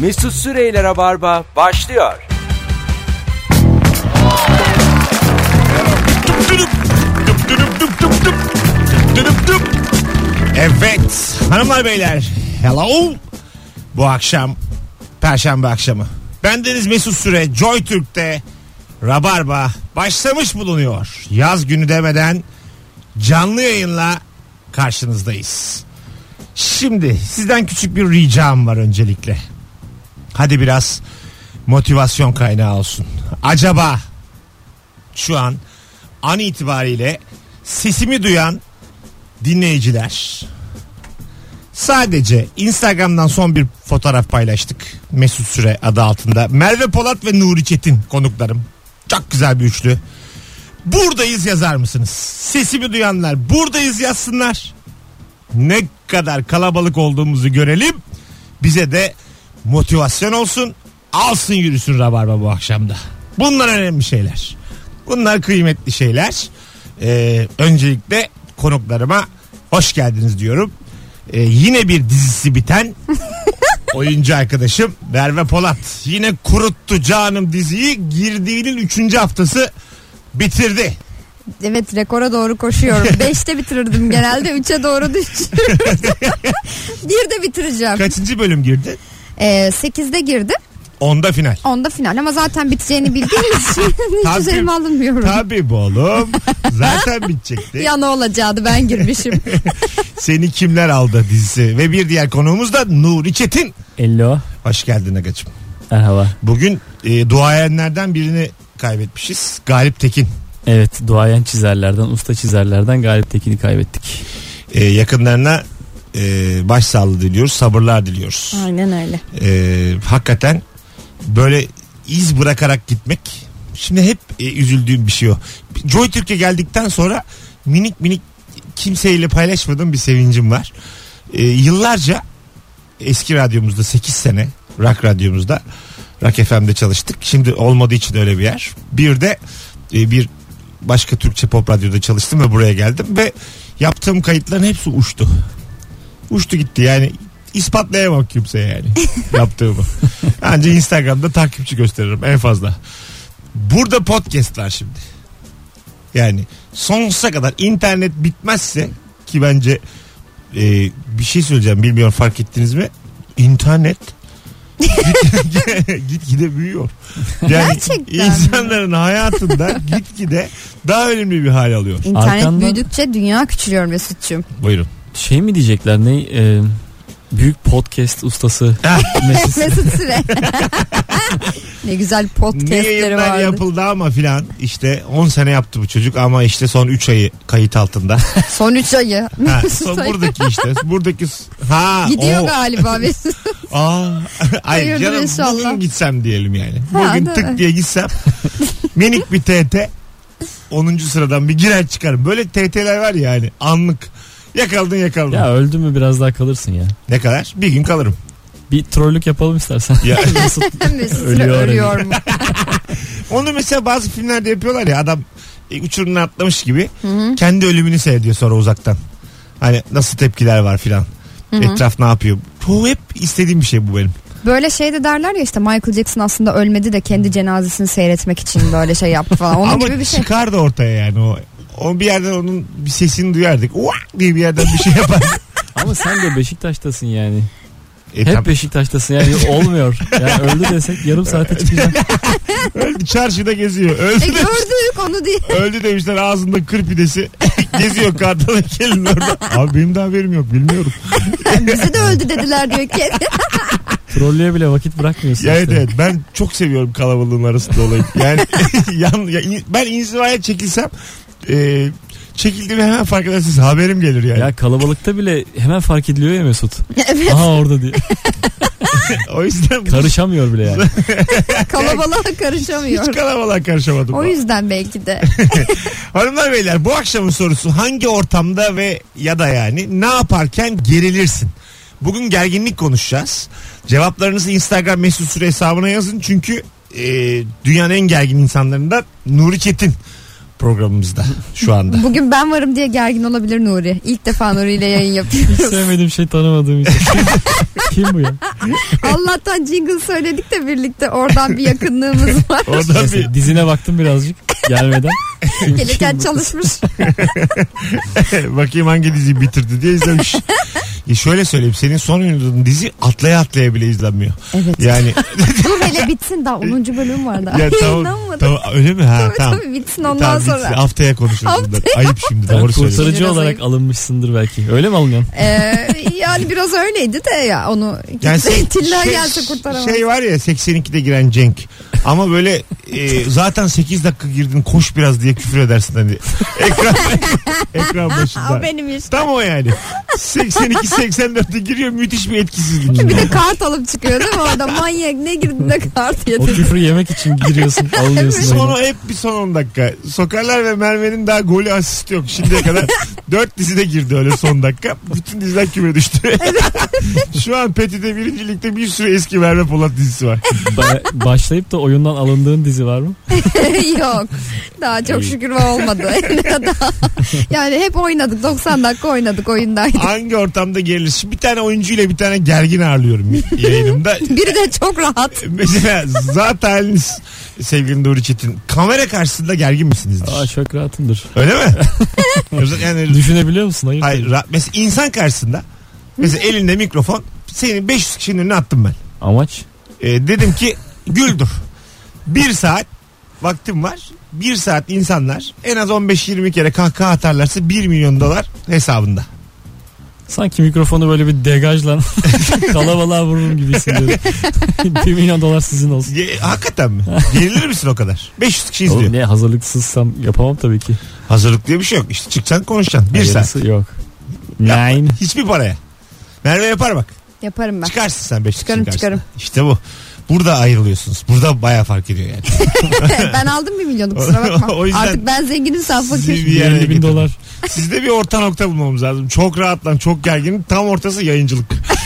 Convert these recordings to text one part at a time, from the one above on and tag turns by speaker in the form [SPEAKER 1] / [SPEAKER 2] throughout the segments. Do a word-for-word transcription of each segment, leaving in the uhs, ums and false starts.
[SPEAKER 1] Mesut Süreyle Rabarba başlıyor.
[SPEAKER 2] Evet hanımlar beyler, hello. Bu akşam Perşembe akşamı bendeniz Mesut Süre, Joy Türk'te Rabarba başlamış bulunuyor. Yaz günü demeden canlı yayınla karşınızdayız. Şimdi sizden küçük bir ricam var öncelikle. Hadi biraz motivasyon kaynağı olsun. Acaba şu an an itibariyle sesimi duyan dinleyiciler sadece Instagram'dan son bir fotoğraf paylaştık. Mesut Süre adı altında. Merve Polat ve Nuri Çetin konuklarım. Çok güzel bir üçlü. Buradayız yazar mısınız? Sesimi duyanlar buradayız yazsınlar. Ne kadar kalabalık olduğumuzu görelim. Bize de motivasyon olsun. Alsın yürüsün Rabarba bu akşamda. Bunlar önemli şeyler. Bunlar kıymetli şeyler. Ee, öncelikle konuklarıma hoş geldiniz diyorum. Ee, yine bir dizisi biten oyuncu arkadaşım Merve Polat. Yine kuruttu canım diziyi. Girdiğinin üçüncü haftası bitirdi.
[SPEAKER 3] Evet, rekora doğru koşuyorum. Beşte bitirirdim genelde. Üçe doğru düşüyorum. Bir de bitireceğim.
[SPEAKER 2] Kaçıncı bölüm girdin?
[SPEAKER 3] Ee, sekizde girdim.
[SPEAKER 2] Onda final.
[SPEAKER 3] Onda final ama zaten biteceğini bildiğim için hiç üzerime alınmıyorum.
[SPEAKER 2] Tabii bu oğlum. Zaten bitecekti.
[SPEAKER 3] Ya ne olacaktı, ben girmişim.
[SPEAKER 2] Seni kimler aldı dizisi ve bir diğer konuğumuz da Nuri Çetin.
[SPEAKER 4] Hello.
[SPEAKER 2] Hoş geldin agacığım.
[SPEAKER 4] Merhaba.
[SPEAKER 2] Bugün e, duayenlerden birini kaybetmişiz. Galip Tekin.
[SPEAKER 4] Evet, duayen çizerlerden, usta çizerlerden Galip Tekin'i kaybettik.
[SPEAKER 2] E, yakınlarına e, başsağlığı diliyoruz, sabırlar diliyoruz.
[SPEAKER 3] Aynen öyle.
[SPEAKER 2] E, hakikaten böyle iz bırakarak gitmek. Şimdi hep e, üzüldüğüm bir şey o. Joy Türkiye geldikten sonra minik minik kimseyle paylaşmadığım bir sevincim var. E, yıllarca eski radyomuzda sekiz sene Rock radyomuzda Rock F M'de çalıştık. Şimdi olmadığı için öyle bir yer. Bir de e, bir başka Türkçe pop radyoda çalıştım ve buraya geldim ve yaptığım kayıtların hepsi uçtu. Uçtu gitti yani. İspatlayamam kimseye yani yaptığımı. Ancak Instagram'da takipçi gösteririm en fazla. Burada podcast var şimdi. Yani sonsuza kadar internet bitmezse ki bence e, bir şey söyleyeceğim, bilmiyorum fark ettiniz mi? İnternet gitgide büyüyor. Yani
[SPEAKER 3] gerçekten
[SPEAKER 2] insanların mi? Hayatında gitgide daha önemli bir hal alıyor.
[SPEAKER 3] İnternet
[SPEAKER 4] Arkanda...
[SPEAKER 3] büyüdükçe dünya küçülüyor Mesut'cum.
[SPEAKER 2] Buyurun.
[SPEAKER 4] Şey mi diyecekler, ne e, büyük podcast ustası Mesut.
[SPEAKER 3] Mesut Süre. Ne güzel podcastleri
[SPEAKER 2] ne yayınlar
[SPEAKER 3] vardı.
[SPEAKER 2] yapıldı ama filan işte on sene yaptı bu çocuk ama işte son üç ayı kayıt altında.
[SPEAKER 3] Son üç ayı.
[SPEAKER 2] Ha, son buradaki işte buradaki ha
[SPEAKER 3] gidiyor
[SPEAKER 2] o.
[SPEAKER 3] galiba Mesut.
[SPEAKER 2] Aa, ay canım
[SPEAKER 3] inşallah.
[SPEAKER 2] Bugün gitsem diyelim yani.
[SPEAKER 3] Ha,
[SPEAKER 2] bugün tık
[SPEAKER 3] mi?
[SPEAKER 2] diye gitsem minik bir T T onuncu sıradan bir girer çıkarım. Böyle T T'ler var ya hani anlık. Yakaladın yakaladın.
[SPEAKER 4] Ya öldü mü biraz daha kalırsın ya.
[SPEAKER 2] Ne kadar? Bir gün kalırım.
[SPEAKER 4] Bir trollük yapalım istersen.
[SPEAKER 2] Ya.
[SPEAKER 3] Mesut Süre
[SPEAKER 4] Ölüyor
[SPEAKER 3] ölüyor mu?
[SPEAKER 2] Onu mesela bazı filmlerde yapıyorlar ya, adam e, uçurumdan atlamış gibi
[SPEAKER 3] Hı-hı.
[SPEAKER 2] kendi ölümünü seyrediyor sonra uzaktan. Hani nasıl tepkiler var filan. Etraf ne yapıyor? Bu hep istediğim bir şey bu benim.
[SPEAKER 3] Böyle şey de derler ya işte Michael Jackson aslında ölmedi de kendi cenazesini seyretmek için böyle şey yaptı falan. Onun
[SPEAKER 2] ama
[SPEAKER 3] gibi bir şey.
[SPEAKER 2] çıkardı ortaya yani o. O bir yerden onun bir sesini duyardık. Uak diye bir yerden bir şey yapar.
[SPEAKER 4] Ama sen de Beşiktaş'tasın yani.
[SPEAKER 2] E,
[SPEAKER 4] Hep
[SPEAKER 2] tam...
[SPEAKER 4] Beşiktaş'tasın yani, olmuyor. Yani öldü desek yarım saate çıkacak.
[SPEAKER 2] Öldü, çarşıda geziyor. Öldü,
[SPEAKER 3] E gördük onu diye.
[SPEAKER 2] öldü demişler, ağzında kır pidesi. Geziyor kartal heykelin orada. Abi benim de haberim yok, bilmiyorum.
[SPEAKER 3] Bize de öldü dediler diyor ki.
[SPEAKER 4] Trollüye bile vakit bırakmıyorsun
[SPEAKER 2] Ya
[SPEAKER 4] işte.
[SPEAKER 2] evet, evet ben çok seviyorum kalabalığın arasında olayı. Yani yan, ya, ben inzivaya çekilsem e, çekildiğimi hemen fark edersiniz, haberim gelir yani.
[SPEAKER 4] Ya kalabalıkta bile hemen fark ediliyor ya Mesut.
[SPEAKER 3] Evet.
[SPEAKER 4] Aha orada diye.
[SPEAKER 2] O yüzden
[SPEAKER 4] Karışamıyor bile yani.
[SPEAKER 3] Kalabalığa karışamıyor.
[SPEAKER 2] hiç kalabalığa karışamadım.
[SPEAKER 3] O yüzden belki de.
[SPEAKER 2] Hanımlar beyler, bu akşamın sorusu hangi ortamda ve ya da yani ne yaparken gerilirsin? Bugün gerginlik konuşacağız. Cevaplarınızı Instagram Mesut Süre hesabına yazın çünkü e, dünyanın en gergin insanlarından Nuri Çetin programımızda şu anda.
[SPEAKER 3] Bugün ben varım diye gergin olabilir Nuri. İlk defa Nuri ile yayın yapıyoruz.
[SPEAKER 4] Hiç sevmediğim şey, tanımadığım için. Kim bu ya?
[SPEAKER 3] Allah'tan jingle söyledik de birlikte oradan bir yakınlığımız var.
[SPEAKER 2] Oradan
[SPEAKER 4] Neyse,
[SPEAKER 2] bir
[SPEAKER 4] dizine baktım birazcık gelmeden.
[SPEAKER 3] Gelirken çalışmış.
[SPEAKER 2] bakayım hangi diziyi bitirdi diye izlemiş. Ya şöyle söyleyeyim, senin son oynadığın dizi atlaya atlaya bile izlenmiyor.
[SPEAKER 3] Evet.
[SPEAKER 2] Yani
[SPEAKER 3] Dur hele bitsin, daha onuncu bölüm var daha.
[SPEAKER 2] ya, tamam,
[SPEAKER 3] Yayınlanmadı.
[SPEAKER 2] tamam, öyle mi? Ha,
[SPEAKER 3] Tabii
[SPEAKER 2] tamam.
[SPEAKER 3] tabii bitsin ondan
[SPEAKER 2] Tamam,
[SPEAKER 3] sonra.
[SPEAKER 2] bitsin. Haftaya konuşuruz bunları. Ayıp şimdi,
[SPEAKER 4] Sen
[SPEAKER 2] doğru söylüyorsun.
[SPEAKER 4] kurtarıcı
[SPEAKER 3] Biraz
[SPEAKER 4] olarak
[SPEAKER 3] ayıp.
[SPEAKER 4] alınmışsındır belki. Öyle mi alınıyorsun?
[SPEAKER 3] Ee, yani biraz öyleydi de ya onu
[SPEAKER 2] Yani şey-
[SPEAKER 3] Tilla
[SPEAKER 2] şey-
[SPEAKER 3] gelse kurtaramaz.
[SPEAKER 2] Şey var ya, seksen ikide giren Cenk. Ama böyle e, zaten sekiz dakika girdin, koş biraz diye küfür edersin hani. Ekran, ekran başında.
[SPEAKER 3] O benim işte.
[SPEAKER 2] Tam o yani. seksen iki seksen dörtte giriyor, müthiş bir etkisizlik.
[SPEAKER 3] Bir de kart alıp çıkıyor değil mi orada, manyak ne girdi de kart
[SPEAKER 4] O
[SPEAKER 3] yedi.
[SPEAKER 4] küfrü yemek için giriyorsun, alınıyorsun.
[SPEAKER 2] Sonu
[SPEAKER 4] öyle.
[SPEAKER 2] hep bir son on dakika. Sokarlar ve Merve'nin daha golü asist yok. Şimdiye kadar dört dizide girdi öyle son dakika. Bütün diziler küme düştü. Şu an Peti'de birinci ligde bir sürü eski Merve Polat dizisi var.
[SPEAKER 4] Ba- başlayıp da oyundan alındığın dizi var mı?
[SPEAKER 3] Yok. Daha çok şükür olmadı. Daha, yani hep oynadık. doksan dakika oynadık, oyundaydık.
[SPEAKER 2] Hangi ortamda gerilirsin? Bir tane oyuncuyla bir tane gergin ağırlıyorum yayınımda.
[SPEAKER 3] Biri de çok rahat.
[SPEAKER 2] Mesela zaten haliniz sevgili Nuri Çetin. Kamera karşısında gergin misinizdir?
[SPEAKER 4] Aa, çok rahatımdır.
[SPEAKER 2] Öyle mi? Yani
[SPEAKER 4] Düşünebiliyor musun? Hayır.
[SPEAKER 2] hayır, ra- mesela insan karşısında, mesela elinde mikrofon, seni beş yüz kişinin önüne attım ben.
[SPEAKER 4] Amaç?
[SPEAKER 2] Ee, dedim ki güldür. Bir saat vaktim var. Bir saat insanlar en az on beş yirmi kere kahkaha atarlarsa bir milyon dolar hesabında.
[SPEAKER 4] Sanki mikrofonu böyle bir degajla kalabalığa vururum gibi hissediyorum. bir milyon dolar sizin olsun.
[SPEAKER 2] Ge- hakikaten mi? Gerilir misin o kadar? beş yüz kişi izliyor.
[SPEAKER 4] Oğlum ne, hazırlıksızsam yapamam tabii ki.
[SPEAKER 2] Hazırlık diye bir şey yok. İşte çıkacaksın, konuşacaksın. Bir saat.
[SPEAKER 4] Yarısı yok.
[SPEAKER 2] Yapma.
[SPEAKER 4] Nine.
[SPEAKER 2] Hiçbir paraya. Merve yapar bak.
[SPEAKER 3] Yaparım ben.
[SPEAKER 2] Çıkarsın sen beş
[SPEAKER 3] Çıkarım,
[SPEAKER 2] kişinin
[SPEAKER 3] çıkarım.
[SPEAKER 2] karşısına. İşte bu. Burada ayrılıyorsunuz. Burada bayağı fark ediyor yani.
[SPEAKER 3] Ben aldım bir milyonu, kusura bakma.
[SPEAKER 2] O yüzden
[SPEAKER 3] Artık ben zenginim, sen
[SPEAKER 2] sizi
[SPEAKER 3] fakir.
[SPEAKER 2] bir yere
[SPEAKER 4] elli bin
[SPEAKER 2] getirdim.
[SPEAKER 4] dolar.
[SPEAKER 2] Sizde bir orta nokta bulmamız lazım. Çok rahatlan, çok gergin. Tam ortası yayıncılık.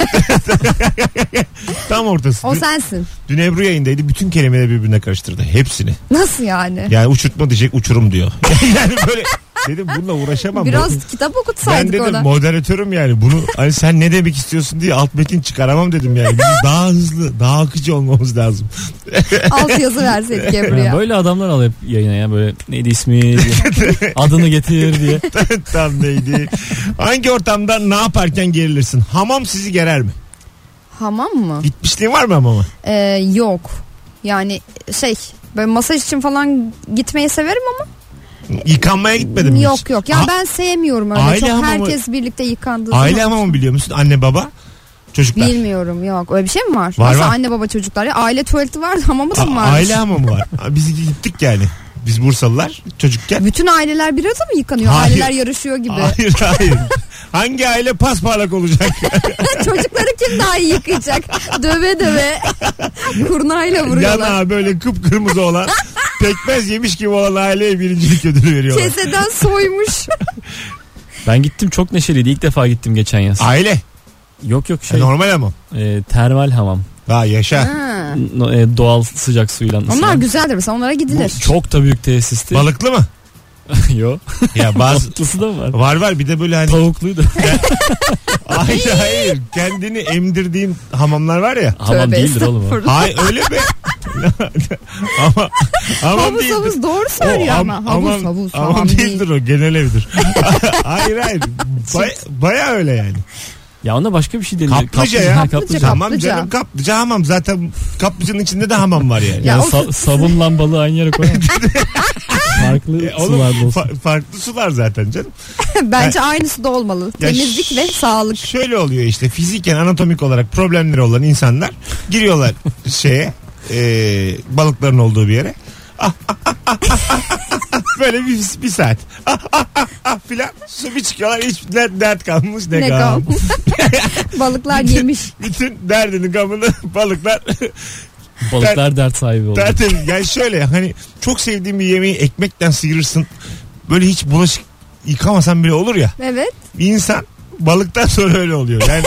[SPEAKER 2] Tam ortası.
[SPEAKER 3] O
[SPEAKER 2] Dün,
[SPEAKER 3] sensin.
[SPEAKER 2] dün Ebru yayındaydı. Bütün kelimeleri birbirine karıştırdı. Hepsini.
[SPEAKER 3] Nasıl yani?
[SPEAKER 2] Yani uçurtma diyecek, uçurum diyor. Yani böyle dedim, bununla uğraşamam.
[SPEAKER 3] Biraz
[SPEAKER 2] Bu-
[SPEAKER 3] kitap
[SPEAKER 2] ben
[SPEAKER 3] okutsaydık
[SPEAKER 2] dedim
[SPEAKER 3] ona.
[SPEAKER 2] moderatörüm yani. Bunu hani sen ne demek istiyorsun diye alt metin çıkaramam dedim yani. Bizim daha hızlı, daha akıcı olmamız lazım.
[SPEAKER 3] Alt yazı verseydik
[SPEAKER 4] Ya
[SPEAKER 3] Ebru'ya.
[SPEAKER 4] böyle adamlar al hep yayına ya, böyle neydi ismi diye. Adını getir diye.
[SPEAKER 2] Tam neydi? Hangi ortamda ne yaparken gerilirsin? Hamam sizi gerer mi?
[SPEAKER 3] Hamam mı?
[SPEAKER 2] Gitmişliğin var mı hamama?
[SPEAKER 3] Ee, yok. Yani şey, böyle masaj için falan gitmeyi severim ama
[SPEAKER 2] Yıkanmaya gitmedin mi hiç?
[SPEAKER 3] yok yok. Ya
[SPEAKER 2] Ha-
[SPEAKER 3] ben sevmiyorum öyle.
[SPEAKER 2] Aile
[SPEAKER 3] Çok
[SPEAKER 2] hamamı-
[SPEAKER 3] herkes birlikte yıkandığı
[SPEAKER 2] Aile
[SPEAKER 3] zaman.
[SPEAKER 2] hamamı biliyor musun? Anne baba çocuklar.
[SPEAKER 3] Bilmiyorum, yok. Öyle bir şey mi var?
[SPEAKER 2] Var,
[SPEAKER 3] Nasıl
[SPEAKER 2] var.
[SPEAKER 3] anne baba çocuklar ya? Aile tuvaleti var, hamamı da mı
[SPEAKER 2] A-
[SPEAKER 3] var?
[SPEAKER 2] aile hamamı var. Biz gittik yani. Biz Bursalılar çocukken.
[SPEAKER 3] Bütün aileler bir arada mı yıkanıyor?
[SPEAKER 2] Hayır.
[SPEAKER 3] Aileler yarışıyor gibi.
[SPEAKER 2] Hayır hayır. Hangi aile pasparlak olacak?
[SPEAKER 3] Çocukları kim daha iyi yıkayacak? Döve döve. Kurnayla vuruyorlar.
[SPEAKER 2] Yana böyle kıpkırmızı olan, pekmez yemiş gibi olan aileye birincilik ödülü veriyorlar.
[SPEAKER 3] Keseden soymuş.
[SPEAKER 4] Ben gittim, çok neşeliydi. İlk defa gittim geçen yaz.
[SPEAKER 2] Aile.
[SPEAKER 4] Yok yok şey.
[SPEAKER 2] Normal hamam.
[SPEAKER 4] E, termal hamam.
[SPEAKER 2] Ha yaşa.
[SPEAKER 3] Ha.
[SPEAKER 4] No- e, doğal sıcak suyla.
[SPEAKER 3] Onlar
[SPEAKER 4] ısınan.
[SPEAKER 3] güzeldir mesela, onlara gidilir.
[SPEAKER 4] Çok da büyük tesisti.
[SPEAKER 2] Balıklı mı?
[SPEAKER 4] Yok.
[SPEAKER 2] Ya bazı
[SPEAKER 4] Balıklısı da var.
[SPEAKER 2] var var bir de böyle hani
[SPEAKER 4] Tavukluydu.
[SPEAKER 2] hayır hayır kendini emdirdiğin hamamlar var ya.
[SPEAKER 4] Hamam
[SPEAKER 3] Tövbe
[SPEAKER 4] değildir oğlum o.
[SPEAKER 3] estağfurullah.
[SPEAKER 2] Hayır öyle mi? ama hamam
[SPEAKER 3] Havuz
[SPEAKER 2] değildir.
[SPEAKER 3] havuz doğru
[SPEAKER 2] O
[SPEAKER 3] söylüyor
[SPEAKER 2] ham-
[SPEAKER 3] ama. Havuz
[SPEAKER 2] hamam-
[SPEAKER 3] havuz
[SPEAKER 2] hamam
[SPEAKER 3] hamam
[SPEAKER 2] değildir
[SPEAKER 3] değil.
[SPEAKER 2] o, genel evdir. hayır hayır. Bay, baya öyle yani.
[SPEAKER 4] Ya ona başka bir şey deniyor.
[SPEAKER 2] Kaplıca ya.
[SPEAKER 4] ha,
[SPEAKER 3] Kaplıca,
[SPEAKER 4] kaplıca.
[SPEAKER 2] Tamam
[SPEAKER 3] kaplıca.
[SPEAKER 2] canım, kaplıca hamam. Zaten kaplıcanın içinde de hamam var yani.
[SPEAKER 3] Ya
[SPEAKER 4] Yani
[SPEAKER 3] o-
[SPEAKER 4] sa- sabun lambalı aynı yere koyar. Farklı
[SPEAKER 2] E, oğlum,
[SPEAKER 4] sular olsun.
[SPEAKER 2] fa- farklı sular zaten canım.
[SPEAKER 3] Bence aynısı da olmalı.
[SPEAKER 2] Ya
[SPEAKER 3] Temizlik
[SPEAKER 2] ş-
[SPEAKER 3] ve sağlık.
[SPEAKER 2] Şöyle oluyor işte, fiziken anatomik olarak problemleri olan insanlar giriyorlar şeye, e, balıkların olduğu bir yere. Ah, ah, ah, ah, ah, ah, ah, böyle bir, bir saat. Ah, ah, ah, ah, filan su bir çıkıyorlar, hiç dert, dert kalmış ne,
[SPEAKER 3] Ne
[SPEAKER 2] gam.
[SPEAKER 3] gam. Balıklar yemiş.
[SPEAKER 2] Bütün derdini gamını balıklar
[SPEAKER 4] Balıklar dert sahibi oldu.
[SPEAKER 2] tertemiz. Yani şöyle, hani çok sevdiğim bir yemeği ekmekten sıyırırsın. Böyle hiç bulaşık yıkamasan bile olur ya.
[SPEAKER 3] Evet.
[SPEAKER 2] Bir insan balıktan sonra öyle oluyor. Yani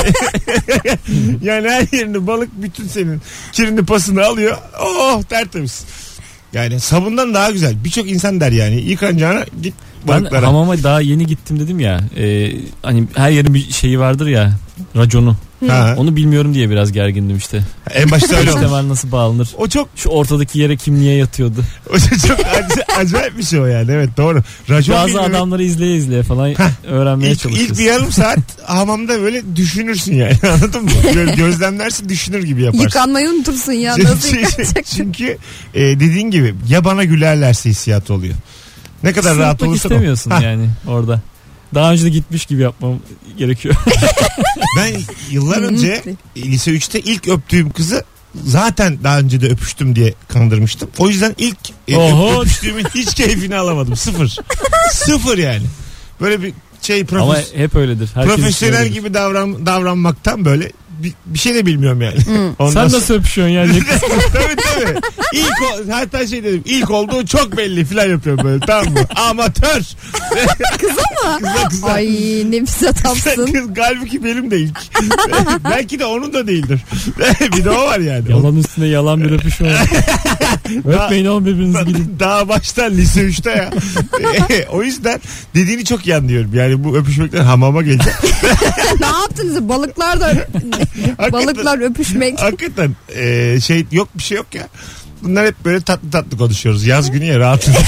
[SPEAKER 2] yani her yerini balık bütün senin kirini pasını alıyor. Oh tertemiz. Yani sabundan daha güzel. Birçok insan der yani yıkanacağına git
[SPEAKER 4] Ben
[SPEAKER 2] balıklara.
[SPEAKER 4] hamama daha yeni gittim dedim ya. E, hani her yerin bir şeyi vardır ya. raconu.
[SPEAKER 2] Ha.
[SPEAKER 4] Onu bilmiyorum diye biraz gergindim işte.
[SPEAKER 2] En başta öyle oldu.
[SPEAKER 4] İşte nasıl bağlanır?
[SPEAKER 2] O çok
[SPEAKER 4] Şu ortadaki yere kim niye yatıyordu?
[SPEAKER 2] o çok ac- acayip bir şey o yani. Evet doğru. Racon
[SPEAKER 4] Bazı
[SPEAKER 2] bilmemek-
[SPEAKER 4] adamları izleye izleye falan öğrenmeye
[SPEAKER 2] İlk,
[SPEAKER 4] çalışıyorsun.
[SPEAKER 2] ilk bir yarım saat hamamda böyle düşünürsün yani. Anladın mı? Böyle gözlemlersin, düşünür gibi yaparsın.
[SPEAKER 3] Yıkanmayı unutursun ya. Nasıl
[SPEAKER 2] Çünkü,
[SPEAKER 3] yıkanacaksın?
[SPEAKER 2] çünkü e, dediğin gibi ya bana gülerlerse hissiyatı oluyor. Ne kadar rahat
[SPEAKER 4] Sırıtmak
[SPEAKER 2] olursan
[SPEAKER 4] istemiyorsun
[SPEAKER 2] o.
[SPEAKER 4] yani orada. Daha önce de gitmiş gibi yapmam gerekiyor.
[SPEAKER 2] Ben yıllar önce lise üçte ilk öptüğüm kızı zaten daha önce de öpüştüm diye kandırmıştım. O yüzden ilk e,
[SPEAKER 4] Oho.
[SPEAKER 2] öpüştüğümün hiç keyfini alamadım. Sıfır. Sıfır yani. Böyle bir şey profes-
[SPEAKER 4] Ama hep öyledir. Herkes
[SPEAKER 2] profesyonel
[SPEAKER 4] öyledir.
[SPEAKER 2] gibi davran davranmaktan böyle bir, bir şey de bilmiyorum yani. Ondan
[SPEAKER 4] Sen
[SPEAKER 2] sonra-
[SPEAKER 4] nasıl öpüşüyorsun yani?
[SPEAKER 2] tabii tabii. İlk o, hatta şey dedim. İlk olduğu çok belli filan yapıyorum böyle, tamam mı? Amatör.
[SPEAKER 3] Kıza mı?
[SPEAKER 2] Kıza kıza.
[SPEAKER 3] Ay ne pis adamsın.
[SPEAKER 2] Kız, halbuki benim de ilk. Belki de onun da değildir. Bir de o var yani.
[SPEAKER 4] Yalan üstüne yalan bir öpüşme. Öpmeyin oğlum birbirinizi gidin.
[SPEAKER 2] Daha baştan lise üçte ya. O yüzden dediğini çok iyi anlıyorum. Yani bu öpüşmekten hamama geleceğim.
[SPEAKER 3] Ne yaptınız? Balıklar da balıklar öpüşmek.
[SPEAKER 2] Hakikaten e, şey yok, bir şey yok ya. Bunlar hep böyle tatlı tatlı konuşuyoruz. Yaz günü ya, rahatladık.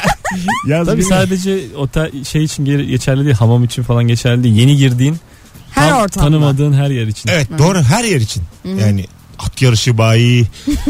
[SPEAKER 2] Yaz
[SPEAKER 4] Tabii
[SPEAKER 2] günü.
[SPEAKER 4] sadece otel şey için geçerli değil, hamam için falan geçerli değil. Yeni girdiğin,
[SPEAKER 3] Her
[SPEAKER 4] tam
[SPEAKER 3] ortamda.
[SPEAKER 4] tanımadığın her yer için.
[SPEAKER 2] Evet doğru, her yer için. Yani at yarışı bayi.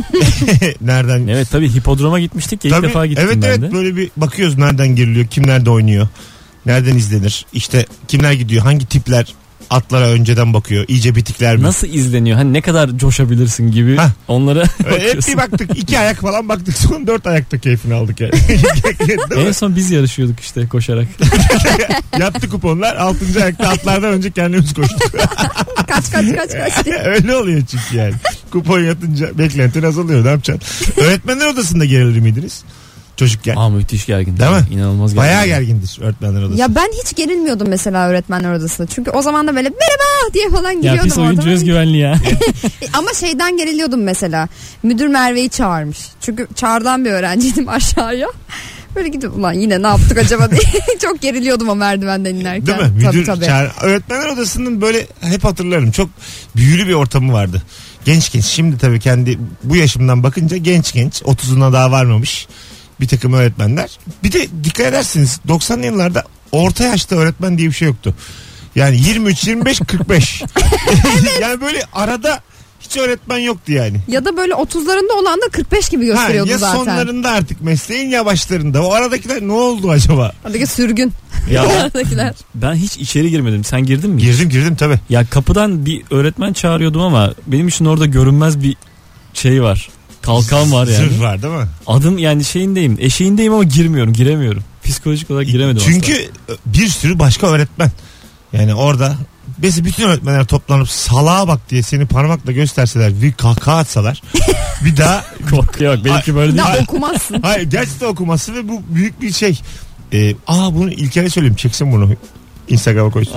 [SPEAKER 2] Nereden?
[SPEAKER 4] Evet tabii hipodroma gitmiştik ya, ilk
[SPEAKER 2] Tabii,
[SPEAKER 4] defa gittim
[SPEAKER 2] evet
[SPEAKER 4] ben
[SPEAKER 2] evet
[SPEAKER 4] de.
[SPEAKER 2] böyle bir bakıyoruz nereden giriliyor, kim nerede oynuyor, nereden izlenir, işte kimler gidiyor, hangi tipler atlara önceden bakıyor, iyice bitikler mi?
[SPEAKER 4] Nasıl izleniyor? Hani ne kadar coşabilirsin gibi
[SPEAKER 2] Hah.
[SPEAKER 4] onlara
[SPEAKER 2] Hep
[SPEAKER 4] bakıyorsun.
[SPEAKER 2] bir baktık, iki ayak falan baktık, son dört ayakta keyfini aldık yani. Değil
[SPEAKER 4] En
[SPEAKER 2] mi?
[SPEAKER 4] son biz yarışıyorduk işte koşarak.
[SPEAKER 2] Yattı kuponlar, altıncı ayakta atlardan önce kendimiz koştuk.
[SPEAKER 3] Kaç kaç kaç kaç diye.
[SPEAKER 2] Öyle oluyor çünkü yani. Kupon yatınca beklentin azalıyor, ne yapacaksın? Öğretmenler odasında gerilir miydiniz çocukken?
[SPEAKER 4] Aa müthiş gergin.
[SPEAKER 2] Değil mi?
[SPEAKER 4] İnanılmaz gergin.
[SPEAKER 2] Bayağı gergindir öğretmenler odası.
[SPEAKER 3] Ya ben hiç gerilmiyordum mesela öğretmenler odasında. Çünkü o zaman da böyle merhaba diye falan
[SPEAKER 4] Ya
[SPEAKER 3] giriyordum.
[SPEAKER 4] pis oyuncu
[SPEAKER 3] orada.
[SPEAKER 4] özgüvenli ya.
[SPEAKER 3] Ama şeyden geriliyordum mesela. Müdür Merve'yi çağırmış. Çünkü çağrılan bir öğrenciydim aşağıya. Böyle gidip ulan yine ne yaptık acaba diye. Çok geriliyordum o merdivenden inerken.
[SPEAKER 2] Değil mi?
[SPEAKER 3] Tabii,
[SPEAKER 2] Müdür
[SPEAKER 3] tabii.
[SPEAKER 2] çağır. Öğretmenler odasının böyle hep hatırlarım. Çok büyülü bir ortamı vardı. Genç genç. Şimdi tabii kendi bu yaşımdan bakınca genç genç. otuzuna daha varmamış bir takım öğretmenler. Bir de dikkat edersiniz doksanlı yıllarda orta yaşta öğretmen diye bir şey yoktu. Yani yirmi üç yirmi beş kırk beş. Yani böyle arada hiç öğretmen yoktu yani.
[SPEAKER 3] Ya da böyle otuzlarında olan da kırk beş gibi
[SPEAKER 2] Ha,
[SPEAKER 3] gösteriyordu
[SPEAKER 2] ya
[SPEAKER 3] zaten.
[SPEAKER 2] sonlarında artık mesleğin, ya başlarında. O aradakiler ne oldu acaba?
[SPEAKER 3] Oradaki sürgün.
[SPEAKER 4] Ya
[SPEAKER 3] Oradakiler.
[SPEAKER 4] ben hiç içeri girmedim. Sen girdin mi?
[SPEAKER 2] Girdim girdim tabii.
[SPEAKER 4] Ya kapıdan bir öğretmen çağırıyordum ama benim için orada görünmez bir şey var. Kalkan var yani.
[SPEAKER 2] Zırh var değil mi?
[SPEAKER 4] Adım yani şeyindeyim, eşiğindeyim ama girmiyorum, giremiyorum. Psikolojik olarak giremedim
[SPEAKER 2] Çünkü
[SPEAKER 4] asla.
[SPEAKER 2] bir sürü başka öğretmen. Yani orada mesela bütün öğretmenler toplanıp salağa bak diye seni parmakla gösterseler, bir kahkaha atsalar bir daha
[SPEAKER 4] Korkuyor bak, benimki böyle değil.
[SPEAKER 3] Daha okumazsın.
[SPEAKER 2] hayır gerçekten okuması ve bu büyük bir şey. Ee, aa bunu İlker'e söyleyeyim, çeksin bunu Instagram'a koysun.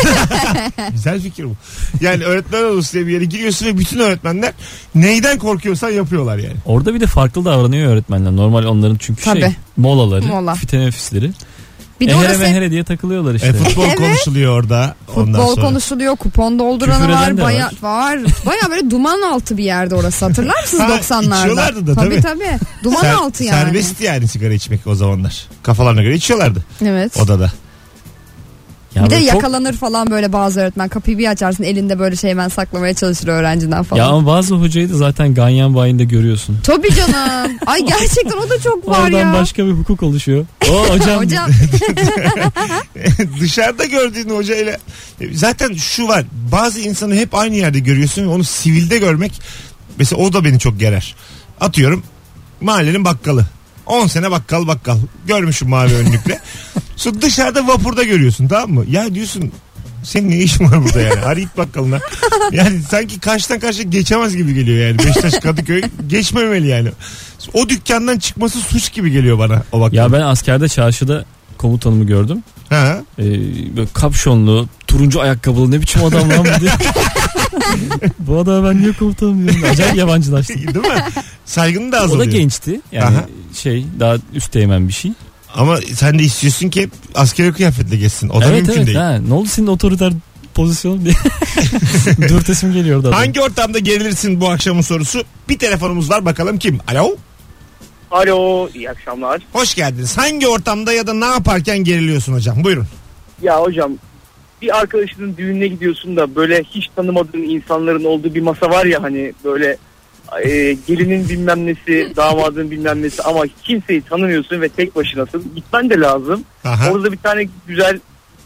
[SPEAKER 2] Güzel fikir bu. Yani öğretmen odası diye bir yere giriyorsun ve bütün öğretmenler neyden korkuyorsan yapıyorlar yani.
[SPEAKER 4] Orada bir de farklı davranıyor öğretmenler. Normal onların çünkü şey
[SPEAKER 3] Tabii.
[SPEAKER 4] molaları,
[SPEAKER 3] Mola.
[SPEAKER 4] teneffüsleri.
[SPEAKER 3] Bir de
[SPEAKER 4] Ehere
[SPEAKER 3] orası
[SPEAKER 4] mehere diye takılıyorlar işte.
[SPEAKER 2] E, futbol
[SPEAKER 3] Evet.
[SPEAKER 2] konuşuluyor orada. Ondan
[SPEAKER 3] futbol
[SPEAKER 2] sonra.
[SPEAKER 3] konuşuluyor, kupon dolduranı
[SPEAKER 4] Küfür eden
[SPEAKER 3] var,
[SPEAKER 4] de
[SPEAKER 3] baya
[SPEAKER 4] var.
[SPEAKER 3] var. Baya böyle duman altı bir yerde orası, hatırlar mısınız
[SPEAKER 2] Ha,
[SPEAKER 3] doksanlarda?
[SPEAKER 2] içiyorlardı da,
[SPEAKER 3] tabii.
[SPEAKER 2] tabii.
[SPEAKER 3] Tabii. Duman
[SPEAKER 2] Ser-
[SPEAKER 3] altı yani.
[SPEAKER 2] Serbestti yani sigara içmek o zamanlar. Kafalarına göre içiyorlardı
[SPEAKER 3] Evet.
[SPEAKER 2] odada.
[SPEAKER 4] Ya
[SPEAKER 3] bir de
[SPEAKER 4] böyle çok-
[SPEAKER 3] yakalanır falan böyle bazı öğretmen. Kapıyı bir açarsın, elinde böyle şey hemen saklamaya çalışır öğrenciden falan.
[SPEAKER 4] Ya ama bazı hocayı da zaten ganyan bayinde görüyorsun.
[SPEAKER 3] Tabii canım. Ay gerçekten o da çok var
[SPEAKER 4] Oradan
[SPEAKER 3] ya.
[SPEAKER 4] başka bir hukuk oluşuyor. O hocam.
[SPEAKER 3] Hocam
[SPEAKER 2] Dışarıda gördüğün hocayla zaten şu var, bazı insanı hep aynı yerde görüyorsun ve onu sivilde görmek mesela o da beni çok gerer. Atıyorum mahallenin bakkalı, on sene bakkal bakkal görmüşüm mavi önlükle. Sonra dışarıda vapurda görüyorsun, tamam mı? Ya diyorsun senin ne işin var burada yani? Hadi git bakkalına. Yani sanki karşıdan karşıya geçemez gibi geliyor yani. Beşiktaş Kadıköy geçmemeli yani. O dükkandan çıkması suç gibi geliyor bana o bakkal.
[SPEAKER 4] Ya ben askerde çarşıda komutanımı gördüm.
[SPEAKER 2] Ha?
[SPEAKER 4] Ee, böyle kapşonlu, turuncu ayakkabılı, ne biçim adam lan bu diye. Bu adamı ben niye komutanım diyorum. Acayip yabancılaştım.
[SPEAKER 2] Değil mi? Saygını da
[SPEAKER 4] O da
[SPEAKER 2] azalıyor.
[SPEAKER 4] gençti. Yani
[SPEAKER 2] Aha.
[SPEAKER 4] şey daha üst teğmen bir şey.
[SPEAKER 2] Ama sen de istiyorsun ki hep askeri kıyafetle geçsin. O da
[SPEAKER 4] evet
[SPEAKER 2] mümkün
[SPEAKER 4] evet.
[SPEAKER 2] değil.
[SPEAKER 4] Ha. Ne oldu senin otoriter pozisyonum diye. Dürtesim geliyordu.
[SPEAKER 2] Hangi ortamda gerilirsin bu akşamın sorusu. Bir telefonumuz var, bakalım kim? Alo.
[SPEAKER 5] Alo, iyi akşamlar.
[SPEAKER 2] Hoş geldiniz. Hangi ortamda ya da ne yaparken geriliyorsun hocam? Buyurun.
[SPEAKER 5] Ya hocam, bir arkadaşının düğününe gidiyorsun da böyle hiç tanımadığın insanların olduğu bir masa var ya, hani böyle e, gelinin bilmem nesi, damadın bilmem nesi, ama kimseyi tanımıyorsun ve tek başınasın. Gitmen de lazım.
[SPEAKER 2] Aha.
[SPEAKER 5] Orada bir tane güzel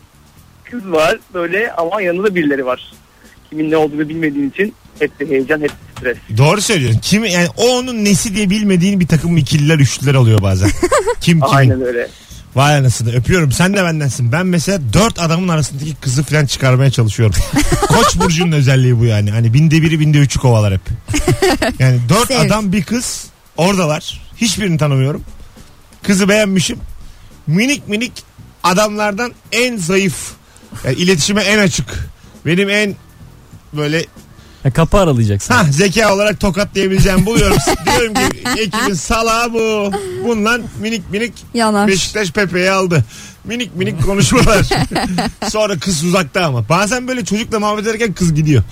[SPEAKER 5] kız var böyle, ama yanında birileri var. Kimin ne olduğunu bilmediğin için hep de heyecan, hep de stres.
[SPEAKER 2] Doğru söylüyorsun. Kim, yani o onun nesi diye bilmediğin bir takım ikililer, üçlüler oluyor bazen. Kim kimin?
[SPEAKER 5] Aynen öyle.
[SPEAKER 2] Vay anasını, öpüyorum. Sen de bendensin. Ben mesela dört adamın arasındaki kızı falan çıkarmaya çalışıyorum. Koç burcunun özelliği bu yani. Hani binde biri binde üçü kovalar hep. Yani dört
[SPEAKER 3] Sev.
[SPEAKER 2] adam bir kız oradalar. Hiçbirini tanımıyorum. Kızı beğenmişim. Minik minik adamlardan en zayıf. Yani iletişime en açık. Benim en böyle
[SPEAKER 4] Ya kapı aralayacaksın.
[SPEAKER 2] ha zeka olarak tokatlayabileceğim buluyorum. Diyorum ki ekibin salağı bu. Bununla minik minik
[SPEAKER 3] Yanar.
[SPEAKER 2] Beşiktaş Pepe'yi aldı. Minik minik konuşmalar. Sonra kız uzakta ama. Bazen böyle çocukla muhabbet ederken kız gidiyor.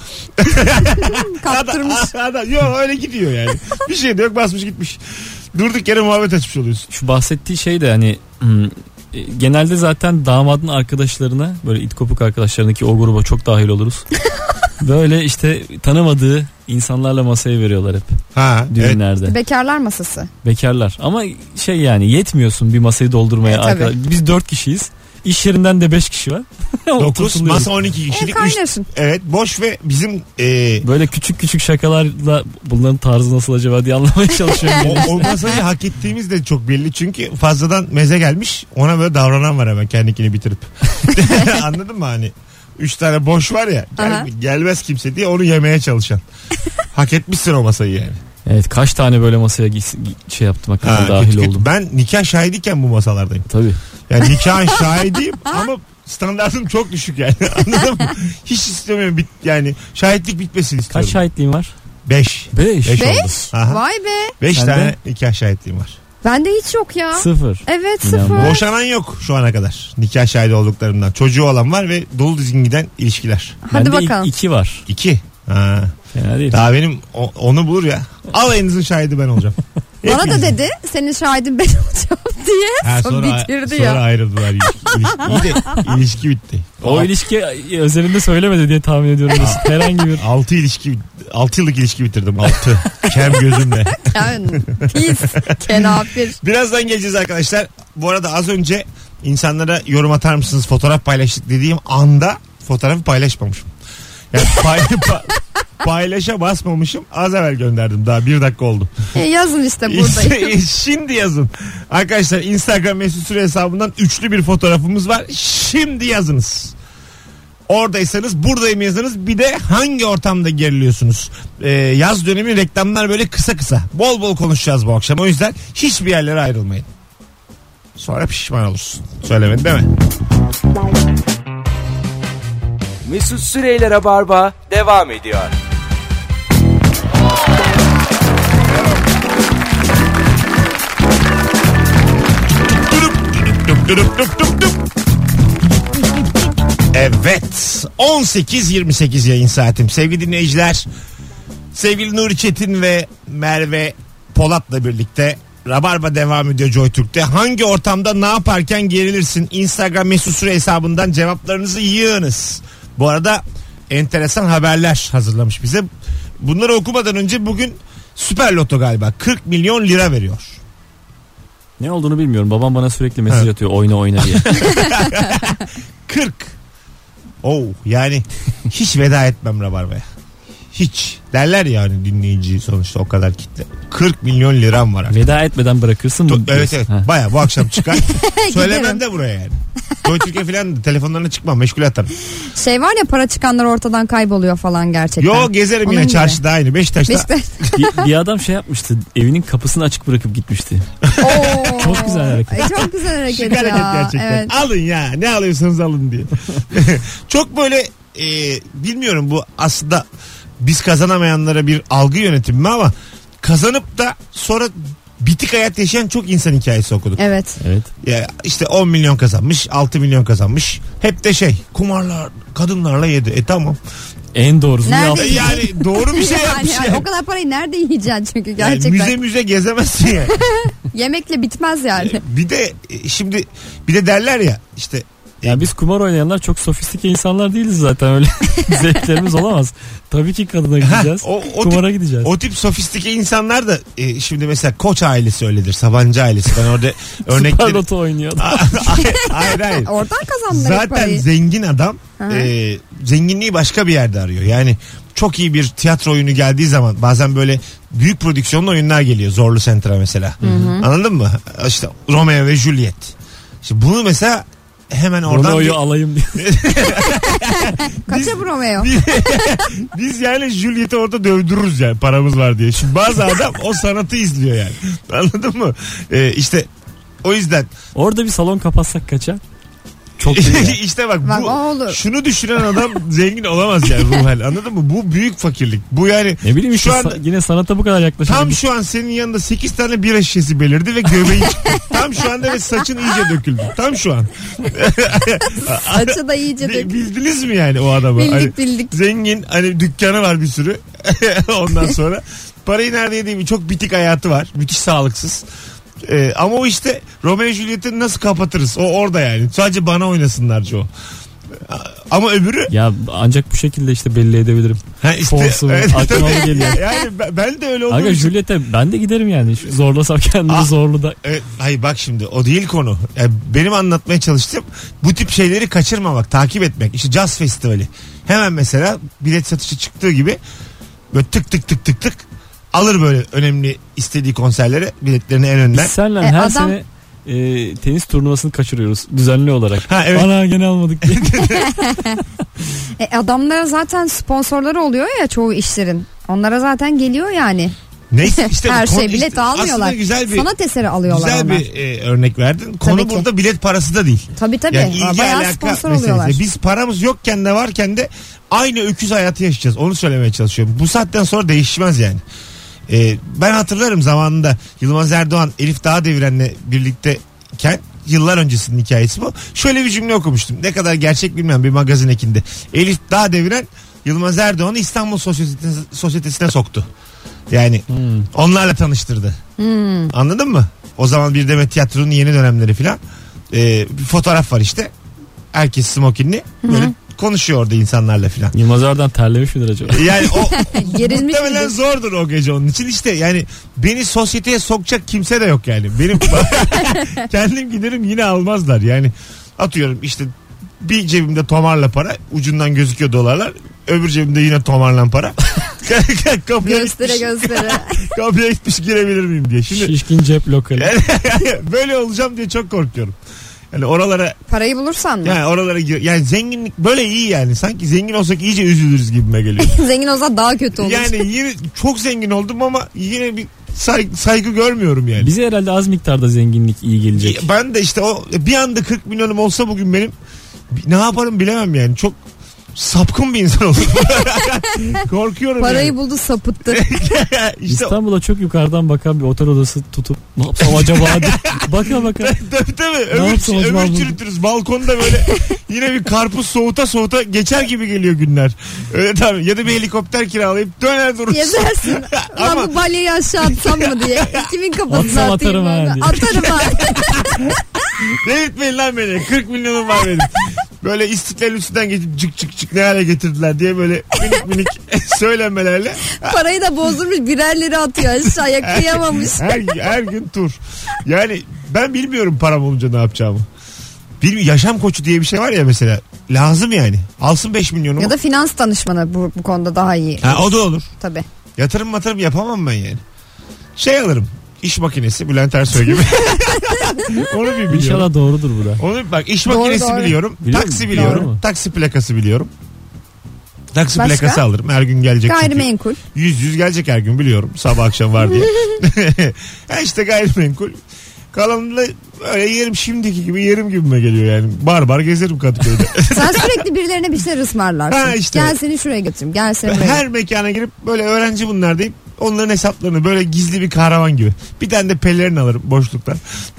[SPEAKER 3] Kaptırmış.
[SPEAKER 2] Adam, adam, yok öyle gidiyor yani. Bir şey de yok, basmış gitmiş. Durduk yere muhabbet açmış oluyorsun.
[SPEAKER 4] Şu bahsettiği şey de hani hmm, e, genelde zaten damadın arkadaşlarına, böyle it kopuk arkadaşlarındaki o gruba çok dahil oluruz. Böyle işte tanımadığı insanlarla masaya veriyorlar hep
[SPEAKER 2] Ha, evet.
[SPEAKER 4] düğünlerde.
[SPEAKER 3] Bekarlar masası.
[SPEAKER 4] Bekarlar. Ama şey yani yetmiyorsun bir masayı doldurmaya.
[SPEAKER 3] E, tabii.
[SPEAKER 4] Arkadaş. Biz dört kişiyiz. İş yerinden de beş kişi var.
[SPEAKER 2] dokuz
[SPEAKER 4] Oturtuluyoruz.
[SPEAKER 2] masa on iki
[SPEAKER 3] E,
[SPEAKER 2] kişilik. üç,
[SPEAKER 3] kaynaşın.
[SPEAKER 2] evet, boş ve bizim e,
[SPEAKER 4] Böyle küçük küçük şakalarla bunların tarzı nasıl acaba diye anlamaya çalışıyorum.
[SPEAKER 2] o, o masayı hak ettiğimiz de çok belli. Çünkü fazladan meze gelmiş. Ona böyle davranan var hemen kendikini bitirip. Anladın mı hani? Üç tane boş var ya, gel,
[SPEAKER 3] Aha.
[SPEAKER 2] gelmez kimse diye onu yemeye çalışan. Hak etmişsin o masayı yani.
[SPEAKER 4] Evet, kaç tane böyle masaya gis- şey yaptım hakikaten
[SPEAKER 2] Ha,
[SPEAKER 4] dahil
[SPEAKER 2] kötü kötü.
[SPEAKER 4] oldum.
[SPEAKER 2] Ben nikah şahidiyken bu masalardayım.
[SPEAKER 4] Tabii.
[SPEAKER 2] Yani nikahın şahidiyim ama standartım çok düşük yani. Anladın mı? Hiç istemiyorum bit yani şahitlik bitmesin istiyorum.
[SPEAKER 4] Kaç şahitliğin var?
[SPEAKER 2] Beş.
[SPEAKER 4] Beş.
[SPEAKER 2] Beş oldu.
[SPEAKER 3] Beş?
[SPEAKER 2] Aha.
[SPEAKER 3] Vay be.
[SPEAKER 2] Beş
[SPEAKER 4] Sende?
[SPEAKER 2] tane nikah şahitliğim var.
[SPEAKER 3] Bende hiç yok ya.
[SPEAKER 4] Sıfır.
[SPEAKER 3] Evet,
[SPEAKER 4] İnanmam.
[SPEAKER 3] sıfır.
[SPEAKER 2] Boşanan yok şu ana kadar. Nikah şahidi olduklarımdan. Çocuğu olan var ve dolu dizgin giden ilişkiler.
[SPEAKER 3] Hadi
[SPEAKER 4] Bende
[SPEAKER 3] bakalım.
[SPEAKER 4] ilk iki var.
[SPEAKER 2] İki. Ha.
[SPEAKER 4] Fena değil.
[SPEAKER 2] Daha benim o- onu bulur ya. Alayınızın şahidi ben olacağım.
[SPEAKER 3] Bana da
[SPEAKER 2] Hepinizin.
[SPEAKER 3] dedi senin şahidin ben olacağım diye.
[SPEAKER 2] Ha,
[SPEAKER 3] Sonra
[SPEAKER 2] sonra,
[SPEAKER 3] bitirdi
[SPEAKER 2] sonra
[SPEAKER 3] ya.
[SPEAKER 2] ayrıldılar. İlişki, ilişki, iyi de ilişki bitti.
[SPEAKER 4] O ilişki özelinde söylemedi diye tahmin ediyorum. Herhangi bir.
[SPEAKER 2] Altı ilişki, altı yıllık ilişki bitirdim. Altı. Kem gözümle.
[SPEAKER 3] Yani pis, kenafir.
[SPEAKER 2] Birazdan geleceğiz arkadaşlar. Bu arada az önce insanlara yorum atar mısınız, fotoğraf paylaştık dediğim anda fotoğrafı paylaşmamışım. Yani pay, pa- paylaşa basmamışım. Az evvel gönderdim. Daha bir dakika oldu.
[SPEAKER 3] E, yazın işte buradayım.
[SPEAKER 2] Şimdi yazın. Arkadaşlar Instagram mesut süre hesabından üçlü bir fotoğrafımız var. Şimdi yazınız. Oradaysanız buradayım yazınız. Bir de hangi ortamda geriliyorsunuz? Ee, yaz dönemi reklamlar böyle kısa kısa. Bol bol konuşacağız bu akşam. O yüzden hiçbir yerlere ayrılmayın. Sonra pişman olursun. Söylemedi değil mi?
[SPEAKER 1] Mesut Süreyler'e barba devam ediyor.
[SPEAKER 2] Dup dup dup dup dup. Evet, on sekiz yirmi sekiz yayın saatim. Sevgili dinleyiciler, sevgili Nuri Çetin ve Merve Polat'la birlikte Rabarba devam ediyor JoyTürk'te. Hangi ortamda ne yaparken gerilirsin? Instagram mesut süre hesabından cevaplarınızı yığınız. Bu arada enteresan haberler hazırlamış bize. Bunları okumadan önce bugün Süper Loto galiba kırk milyon lira veriyor.
[SPEAKER 4] Ne olduğunu bilmiyorum. Babam bana sürekli mesaj
[SPEAKER 2] Evet.
[SPEAKER 4] atıyor oyna oyna diye.
[SPEAKER 2] kırk. Oh, yani hiç veda etmem Rabarba'ya. Hiç. Derler ya hani dinleyici sonuçta o kadar kitle. kırk milyon liram var.
[SPEAKER 4] Veda etmeden bırakırsın mı?
[SPEAKER 2] Evet evet.
[SPEAKER 4] Ha.
[SPEAKER 2] Baya bu akşam çıkar. Söylemem
[SPEAKER 3] Giderim.
[SPEAKER 2] de buraya yani. Joytürk'e falan da telefonlarına çıkmam. Meşgul atarım.
[SPEAKER 3] Şey var ya, para çıkanlar ortadan kayboluyor falan gerçekten.
[SPEAKER 2] Yo, gezerim
[SPEAKER 3] Onun
[SPEAKER 2] yine
[SPEAKER 3] gibi.
[SPEAKER 2] çarşıda aynı. Beşiktaş'ta.
[SPEAKER 3] Beşiktaş.
[SPEAKER 4] bir, bir adam şey yapmıştı. Evinin kapısını açık bırakıp gitmişti.
[SPEAKER 3] Oo.
[SPEAKER 4] Çok güzel hareket.
[SPEAKER 3] Ay, çok güzel hareket
[SPEAKER 2] Şık
[SPEAKER 3] ya.
[SPEAKER 2] hareket gerçekten.
[SPEAKER 3] Evet.
[SPEAKER 2] Alın ya. Ne alıyorsanız alın diye. Çok böyle e, bilmiyorum, bu aslında biz kazanamayanlara bir algı yönetimi mi ama kazanıp da sonra bitik hayat yaşayan çok insan hikayesi okuduk.
[SPEAKER 3] Evet.
[SPEAKER 4] Evet.
[SPEAKER 2] Ya işte on milyon kazanmış, altı milyon kazanmış. Hep de şey, kumarlar, kadınlarla yedi. E tamam.
[SPEAKER 4] En doğrusunu
[SPEAKER 3] Nerede
[SPEAKER 4] yaptı.
[SPEAKER 2] E yani doğru bir şey
[SPEAKER 3] yani,
[SPEAKER 2] yapmış.
[SPEAKER 3] yani
[SPEAKER 2] Yani.
[SPEAKER 3] o kadar parayı nerede yiyeceksin çünkü
[SPEAKER 2] Yani
[SPEAKER 3] gerçekten.
[SPEAKER 2] müze müze gezemezsin yani.
[SPEAKER 3] Yemekle bitmez yani.
[SPEAKER 2] Bir de e, şimdi bir de derler ya işte
[SPEAKER 4] Ya biz kumar oynayanlar çok sofistike insanlar değiliz zaten, öyle zevklerimiz olamaz. Tabii ki kadına gideceğiz.
[SPEAKER 2] Ha, o- o
[SPEAKER 4] kumara
[SPEAKER 2] tip-
[SPEAKER 4] gideceğiz.
[SPEAKER 2] o tip sofistike insanlar da e, şimdi mesela Koç ailesi öyledir. Sabancı ailesi. Ben orada örnekleri...
[SPEAKER 4] Süper Loto oynuyor.
[SPEAKER 2] hayır hayır.
[SPEAKER 3] Oradan kazandılar hep
[SPEAKER 2] Zaten
[SPEAKER 3] parayı.
[SPEAKER 2] zengin adam
[SPEAKER 3] Aha.
[SPEAKER 2] e, zenginliği başka bir yerde arıyor. Yani çok iyi bir tiyatro oyunu geldiği zaman bazen böyle büyük prodüksiyonlu oyunlar geliyor. Zorlu Centra mesela. Anladın mı? İşte Romeo ve Juliet. İşte bunu mesela hemen oradan...
[SPEAKER 4] Romeo'yu alayım diye.
[SPEAKER 3] Kaça bu Romeo?
[SPEAKER 2] Biz, biz yani Juliet'i orada dövdürürüz yani paramız var diye. Şimdi bazı adam o sanatı izliyor yani. Anladın mı? Ee, işte o yüzden.
[SPEAKER 4] Orada bir salon kapatsak kaça? Çok iyi ya.
[SPEAKER 2] İşte bak,
[SPEAKER 3] Bak,
[SPEAKER 2] bu,
[SPEAKER 3] o olur.
[SPEAKER 2] şunu düşünen adam zengin olamaz yani ruhen. Anladın mı? Bu büyük fakirlik. Bu yani
[SPEAKER 4] Ne bileyim işte
[SPEAKER 2] şu anda
[SPEAKER 4] sa- yine sanata bu kadar yaklaşabilir.
[SPEAKER 2] tam şu an senin yanında sekiz tane bira şişesi belirdi ve göbeği çıktı. Tam şu anda ve saçın iyice döküldü. Tam şu an.
[SPEAKER 3] Saçı da iyice
[SPEAKER 2] Bi-
[SPEAKER 3] dök.
[SPEAKER 2] Bildiniz mi yani o adamı?
[SPEAKER 3] Bildik,
[SPEAKER 2] Hani
[SPEAKER 3] bildik.
[SPEAKER 2] Zengin, hani dükkanı var bir sürü. Ondan sonra parayı nerede yediği, çok bitik hayatı var. Müthiş sağlıksız. Ee, ama o işte Romeo Juliet'i nasıl kapatırız? O orada yani. Sadece bana oynasınlarca o. Ama öbürü
[SPEAKER 4] Ya ancak bu şekilde işte belli edebilirim.
[SPEAKER 2] ha işte
[SPEAKER 4] Fonsu, aklıma o geliyor.
[SPEAKER 2] yani ben- ben de öyle olduğum
[SPEAKER 4] Aga
[SPEAKER 2] için-
[SPEAKER 4] Juliet'e ben de giderim yani. Şu zorlasam kendimi
[SPEAKER 2] Aa.
[SPEAKER 4] zorlu da.
[SPEAKER 2] Evet, hayır bak şimdi o değil konu. Yani benim anlatmaya çalıştığım bu tip şeyleri kaçırmamak, takip etmek. İşte Jazz Festivali. Hemen mesela bilet satışı çıktığı gibi böyle tık tık tık tık tık alır böyle önemli istediği konserlere biletlerini en önden.
[SPEAKER 4] Biz seninle
[SPEAKER 3] E,
[SPEAKER 4] her
[SPEAKER 3] adam-
[SPEAKER 4] sene e, tenis turnuvasını kaçırıyoruz düzenli olarak.
[SPEAKER 2] Ha, evet.
[SPEAKER 4] Ana gene almadık diye.
[SPEAKER 3] E, adamlara zaten sponsorları oluyor ya çoğu işlerin. Onlara zaten geliyor yani.
[SPEAKER 2] Neyse işte
[SPEAKER 3] Her
[SPEAKER 2] bu konu
[SPEAKER 3] şey bilet
[SPEAKER 2] işte
[SPEAKER 3] almıyorlar.
[SPEAKER 2] aslında güzel bir
[SPEAKER 3] Sanat eseri alıyorlar
[SPEAKER 2] güzel
[SPEAKER 3] onlar.
[SPEAKER 2] bir e, örnek verdin. Konu
[SPEAKER 3] Tabii ki.
[SPEAKER 2] burada bilet parası da değil.
[SPEAKER 3] Tabii tabii.
[SPEAKER 2] Yani ilgi
[SPEAKER 3] Bayağı
[SPEAKER 2] alaka
[SPEAKER 3] sponsor
[SPEAKER 2] meselesi.
[SPEAKER 3] oluyorlar.
[SPEAKER 2] Biz paramız yokken de varken de aynı öküz hayatı yaşayacağız. Onu söylemeye çalışıyorum. Bu saatten sonra değişmez yani. Ee, ben hatırlarım zamanında Yılmaz Erdoğan Elif Dağdeviren'le birlikteyken, yıllar öncesinin hikayesi bu. Şöyle bir cümle okumuştum. Ne kadar gerçek bilmem, bir magazin ekinde. Elif Dağdeviren Yılmaz Erdoğan'ı İstanbul Sosyetesi'ne, sosyetesine soktu. Yani
[SPEAKER 4] Hmm.
[SPEAKER 2] onlarla tanıştırdı. Anladın mı? O zaman bir Demet Tiyatro'nun yeni dönemleri filan. Ee, bir fotoğraf var işte. Herkes smokinli. Böyle konuşuyor orada insanlarla filan.
[SPEAKER 4] Yılmaz Erdoğan terlemiş midir acaba?
[SPEAKER 2] Yani o
[SPEAKER 3] Gerilmiş
[SPEAKER 2] muhtemelen
[SPEAKER 3] midir?
[SPEAKER 2] zordur o gece onun için. İşte yani beni sosyeteye sokacak kimse de yok yani. Benim kendim giderim yine almazlar. Yani atıyorum işte bir cebimde tomarla para, ucundan gözüküyor dolarlar. Öbür cebimde yine tomarla para. kapıya
[SPEAKER 3] Göstere
[SPEAKER 2] gitmiş,
[SPEAKER 3] göstere.
[SPEAKER 2] kapıya gitmiş girebilir miyim diye. Şimdi
[SPEAKER 4] Şişkin cep lokali.
[SPEAKER 2] yani böyle olacağım diye çok korkuyorum. Yani oralara
[SPEAKER 3] Parayı bulursan mı?
[SPEAKER 2] yani oralara gir- yani zenginlik böyle iyi yani. Sanki zengin olsak iyice üzülürüz gibime geliyor.
[SPEAKER 3] Zengin olsa daha kötü olur.
[SPEAKER 2] Yani yine çok zengin oldum ama yine bir saygı, saygı görmüyorum yani.
[SPEAKER 4] Bize herhalde az miktarda zenginlik iyi gelecek.
[SPEAKER 2] Ben de işte o bir anda kırk milyonum olsa bugün benim ne yaparım bilemem yani. Çok sapkın bir insan oldum. Korkuyorum
[SPEAKER 3] Parayı
[SPEAKER 2] yani.
[SPEAKER 3] buldu sapıttı.
[SPEAKER 2] işte
[SPEAKER 4] İstanbul'a çok yukarıdan bakan bir otel odası tutup ne yapsam acaba diye. Baka baka.
[SPEAKER 2] tabii tabii
[SPEAKER 4] Ne
[SPEAKER 2] ömür,
[SPEAKER 4] yapsam acaba
[SPEAKER 2] ömür
[SPEAKER 4] bu?
[SPEAKER 2] çürütürüz balkonda böyle yine bir karpuz soğuta soğuta geçer gibi geliyor günler. Öyle tabii, ya da bir helikopter kiralayıp döner dururuz.
[SPEAKER 3] Gezersin. Lan
[SPEAKER 2] Ama-
[SPEAKER 3] bu balyayı aşağı atsam mı diye. Kimin kafasına
[SPEAKER 4] Atsam
[SPEAKER 3] atayım
[SPEAKER 4] atarım ha
[SPEAKER 3] ben?
[SPEAKER 4] diye.
[SPEAKER 3] Atarım ha.
[SPEAKER 2] Delirtmeyin lan beni. kırk milyonum var benim. Böyle İstiklal üstünden geçip cık cık cık ne hale getirdiler diye böyle minik minik söylenmelerle
[SPEAKER 3] Parayı da bozdurmuş birerleri atıyor aşağıya kıyamamış.
[SPEAKER 2] her, her gün tur. Yani ben bilmiyorum param olunca ne yapacağımı. Bir yaşam koçu diye bir şey var ya mesela. Lazım yani. Alsın beş milyonumu.
[SPEAKER 3] Ya da finans danışmanı bu, bu konuda daha iyi.
[SPEAKER 2] Ha, o da olur.
[SPEAKER 3] Tabii.
[SPEAKER 2] Yatırım matırım yapamam ben yani. Şey alırım. İş makinesi Bülent Ersoy gibi. Onu bir biliyorum.
[SPEAKER 4] İnşallah doğrudur bu da.
[SPEAKER 2] Onu bak iş
[SPEAKER 3] Doğru,
[SPEAKER 2] makinesi
[SPEAKER 3] doğru.
[SPEAKER 2] biliyorum.
[SPEAKER 4] Biliyor
[SPEAKER 2] taksi
[SPEAKER 4] musun?
[SPEAKER 2] biliyorum.
[SPEAKER 4] Doğru mu?
[SPEAKER 2] Taksi plakası biliyorum. Taksi
[SPEAKER 3] Başka?
[SPEAKER 2] plakası alırım. Her gün gelecek çünkü.
[SPEAKER 3] Gayrimenkul.
[SPEAKER 2] Yüz yüz gelecek her gün biliyorum. Sabah akşam var diye. Ha işte gayrimenkul. Kalanını öyle yerim şimdiki gibi yerim gibime geliyor yani. Bar bar gezerim Kadıköy'de.
[SPEAKER 3] Sen sürekli birilerine bir şeyler ısmarlarsın.
[SPEAKER 2] Ha, işte.
[SPEAKER 3] Gel seni şuraya götüreyim. Gel seni buraya.
[SPEAKER 2] Her mekana girip böyle öğrenci bunlar deyip onların hesaplarını böyle gizli bir kahraman gibi. Bir tane de pelerin alırım boşluktan.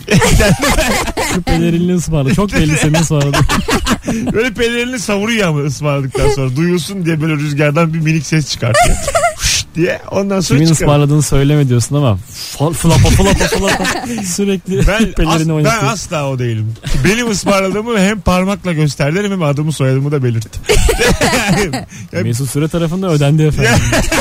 [SPEAKER 4] Şu pelerinli ısmarla. Çok belli senin ısmarladın.
[SPEAKER 2] Böyle pelerini savuruyor ama ısmarladıktan sonra. Duyulsun diye böyle rüzgardan bir minik ses çıkartıyor. Huşt diye ondan sonra
[SPEAKER 4] Kimin
[SPEAKER 2] çıkarım.
[SPEAKER 4] ısmarladığını söyleme diyorsun ama flapa flapa flapa sürekli
[SPEAKER 2] Ben,
[SPEAKER 4] pelerini
[SPEAKER 2] as,
[SPEAKER 4] oynatıyor.
[SPEAKER 2] ben asla o değilim. Benim ısmarladığımı hem parmakla gösterdiler hem adımı soyadımı da belirtti. yani, yani,
[SPEAKER 4] Mesut Süre tarafında ödendi efendim.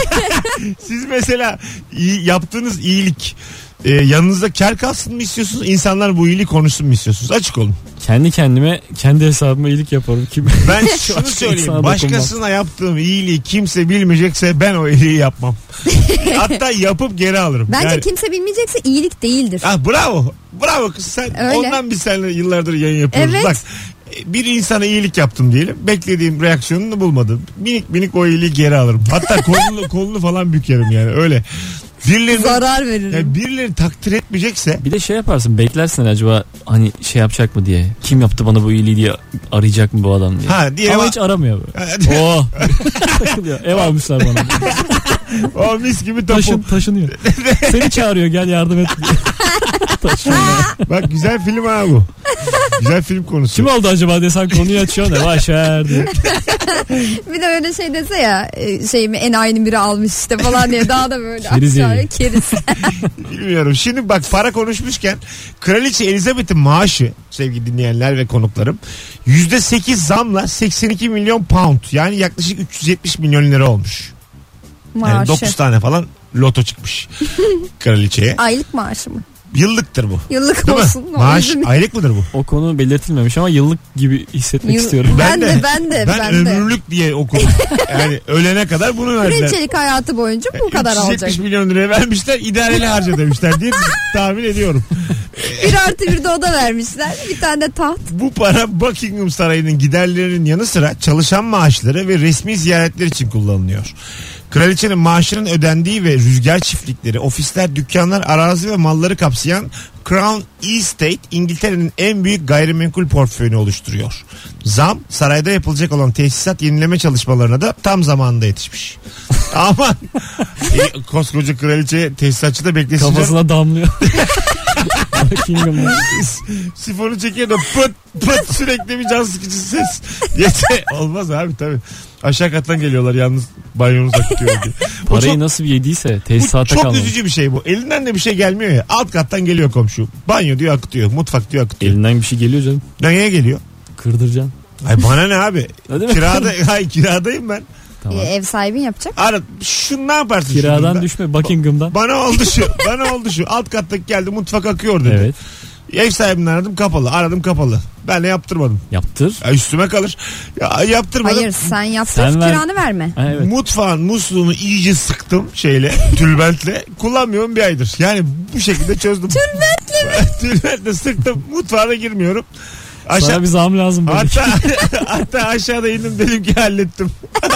[SPEAKER 2] siz mesela iyi, yaptığınız iyilik e, yanınızda kar kalsın mı istiyorsunuz? İnsanlar bu iyiliği konuşsun mu istiyorsunuz? Açık olun.
[SPEAKER 4] Kendi kendime kendi hesabıma iyilik yaparım. Kim?
[SPEAKER 2] Ben şunu
[SPEAKER 4] Başka
[SPEAKER 2] söyleyeyim.
[SPEAKER 4] insana
[SPEAKER 2] Başkasına yaptığım iyiliği kimse bilmeyecekse ben o iyiliği yapmam. Hatta yapıp geri alırım.
[SPEAKER 3] Bence
[SPEAKER 2] yani,
[SPEAKER 3] kimse bilmeyecekse iyilik değildir.
[SPEAKER 2] ah, bravo. Bravo kız sen.
[SPEAKER 3] Öyle.
[SPEAKER 2] Ondan biz seninle yıllardır yayın yapıyoruz.
[SPEAKER 3] Evet.
[SPEAKER 2] Bak bir insana iyilik yaptım diyelim. Beklediğim reaksiyonunu bulmadım. Minik minik o iyiliği geri alırım. Hatta kolunu, kolunu falan bükerim yani öyle. Birileri,
[SPEAKER 3] Zarar veririm.
[SPEAKER 2] yani birileri takdir etmeyecekse
[SPEAKER 4] Bir de şey yaparsın, beklersin acaba hani şey yapacak mı diye. Kim yaptı bana bu iyiliği diye arayacak mı bu adam diye.
[SPEAKER 2] ha diye
[SPEAKER 4] Ama hiç aramıyor böyle. Oo. Takılıyor. Ev almışlar bana.
[SPEAKER 2] o mis gibi topu.
[SPEAKER 4] Taşın, taşınıyor. Seni çağırıyor, gel yardım et diye. Taşınıyor.
[SPEAKER 2] Bak güzel film ha bu. Güzel film konusu.
[SPEAKER 4] Kim oldu acaba desen konuyu açıyor ne başar diye.
[SPEAKER 3] Bir de öyle şey dese ya e, şey mi en aynı biri almış işte falan diye daha da böyle
[SPEAKER 4] Keriz
[SPEAKER 3] aşağıya
[SPEAKER 4] yani.
[SPEAKER 3] keriz.
[SPEAKER 2] Bilmiyorum. Şimdi bak para konuşmuşken Kraliçe Elizabeth'in maaşı sevgili dinleyenler ve konuklarım yüzde sekiz zamla seksen iki milyon pound yani yaklaşık üç yüz yetmiş milyon lira olmuş. Yani
[SPEAKER 3] Maaşı.
[SPEAKER 2] dokuz tane falan loto çıkmış kraliçeye.
[SPEAKER 3] Aylık maaşı mı?
[SPEAKER 2] Yıllıktır bu.
[SPEAKER 3] Yıllık
[SPEAKER 2] Değil
[SPEAKER 3] olsun.
[SPEAKER 2] mi? Maaş
[SPEAKER 3] Üzüm-
[SPEAKER 2] aylık mıdır bu?
[SPEAKER 4] O konu belirtilmemiş ama yıllık gibi hissetmek
[SPEAKER 3] Yıl-
[SPEAKER 4] istiyorum.
[SPEAKER 3] Ben de, ben de,
[SPEAKER 2] Ben,
[SPEAKER 3] ben de.
[SPEAKER 2] ömürlük diye okudum. Yani ölene kadar bunu verdiler.
[SPEAKER 3] Kraliçelik hayatı boyunca bu kadar
[SPEAKER 2] üç yüz yetmiş
[SPEAKER 3] alacak.
[SPEAKER 2] milyon liraya vermişler idareli harca demişler diye tahmin ediyorum.
[SPEAKER 3] Bir artı bir de oda vermişler. Bir tane de taht.
[SPEAKER 2] Bu para Buckingham Sarayı'nın giderlerinin yanı sıra çalışan maaşları ve resmi ziyaretler için kullanılıyor. Kraliçenin maaşının ödendiği ve rüzgar çiftlikleri, ofisler, dükkanlar, arazi ve malları kapsayan Crown Estate İngiltere'nin en büyük gayrimenkul portföyünü oluşturuyor. Zam sarayda yapılacak olan tesisat yenileme çalışmalarına da tam zamanında yetişmiş. Aman e, koskoca kraliçe tesisatçı da beklesin. canım.
[SPEAKER 4] Kafasına damlıyor. Buckingham'da.
[SPEAKER 2] Sifonu çekiyor da pıt pıt sürekli bir can sıkıcı ses. Yeter. Olmaz abi tabii. Aşağı kattan geliyorlar yalnız banyonuz akıtıyor diye. O
[SPEAKER 4] Parayı
[SPEAKER 2] çok,
[SPEAKER 4] nasıl yediyse
[SPEAKER 2] bu
[SPEAKER 4] tesisata
[SPEAKER 2] çok
[SPEAKER 4] kalmamış.
[SPEAKER 2] üzücü bir şey bu. Elinden de bir şey gelmiyor ya. Alt kattan geliyor komşu. Banyo diyor akıtıyor. Mutfak diyor akıtıyor.
[SPEAKER 4] Elinden bir şey geliyor canım.
[SPEAKER 2] Neye geliyor?
[SPEAKER 4] Kırdıracaksın.
[SPEAKER 2] Ay bana ne abi?
[SPEAKER 4] Ne demek?
[SPEAKER 2] Kirada, ay kiradayım ben.
[SPEAKER 4] Tamam.
[SPEAKER 3] Ee, ev sahibin yapacak.
[SPEAKER 2] Ara, şunu ne yaparsın?
[SPEAKER 4] Kiradan
[SPEAKER 2] şunu?
[SPEAKER 4] düşme, Buckingham'dan.
[SPEAKER 2] Bana oldu şu. Bana oldu şu. Alt kattaki geldi mutfak akıyor dedi.
[SPEAKER 4] Evet.
[SPEAKER 2] Ev sahibini aradım kapalı. Aradım kapalı. Ben de yaptırmadım.
[SPEAKER 4] Yaptır.
[SPEAKER 2] Ya üstüme kalır. Ya yaptırmadım.
[SPEAKER 3] Hayır sen yaptır
[SPEAKER 4] Sen ver.
[SPEAKER 3] kiranı verme.
[SPEAKER 4] Ha, evet.
[SPEAKER 2] Mutfağın musluğunu iyice sıktım şeyle tülbentle kullanmıyorum bir aydır. Yani bu şekilde çözdüm. Tülbentle mi? Tülbentle sıktım mutfağa girmiyorum. Aşağı,
[SPEAKER 4] Sana bir zam lazım böyle.
[SPEAKER 2] hatta, hatta aşağıda indim dedim ki hallettim.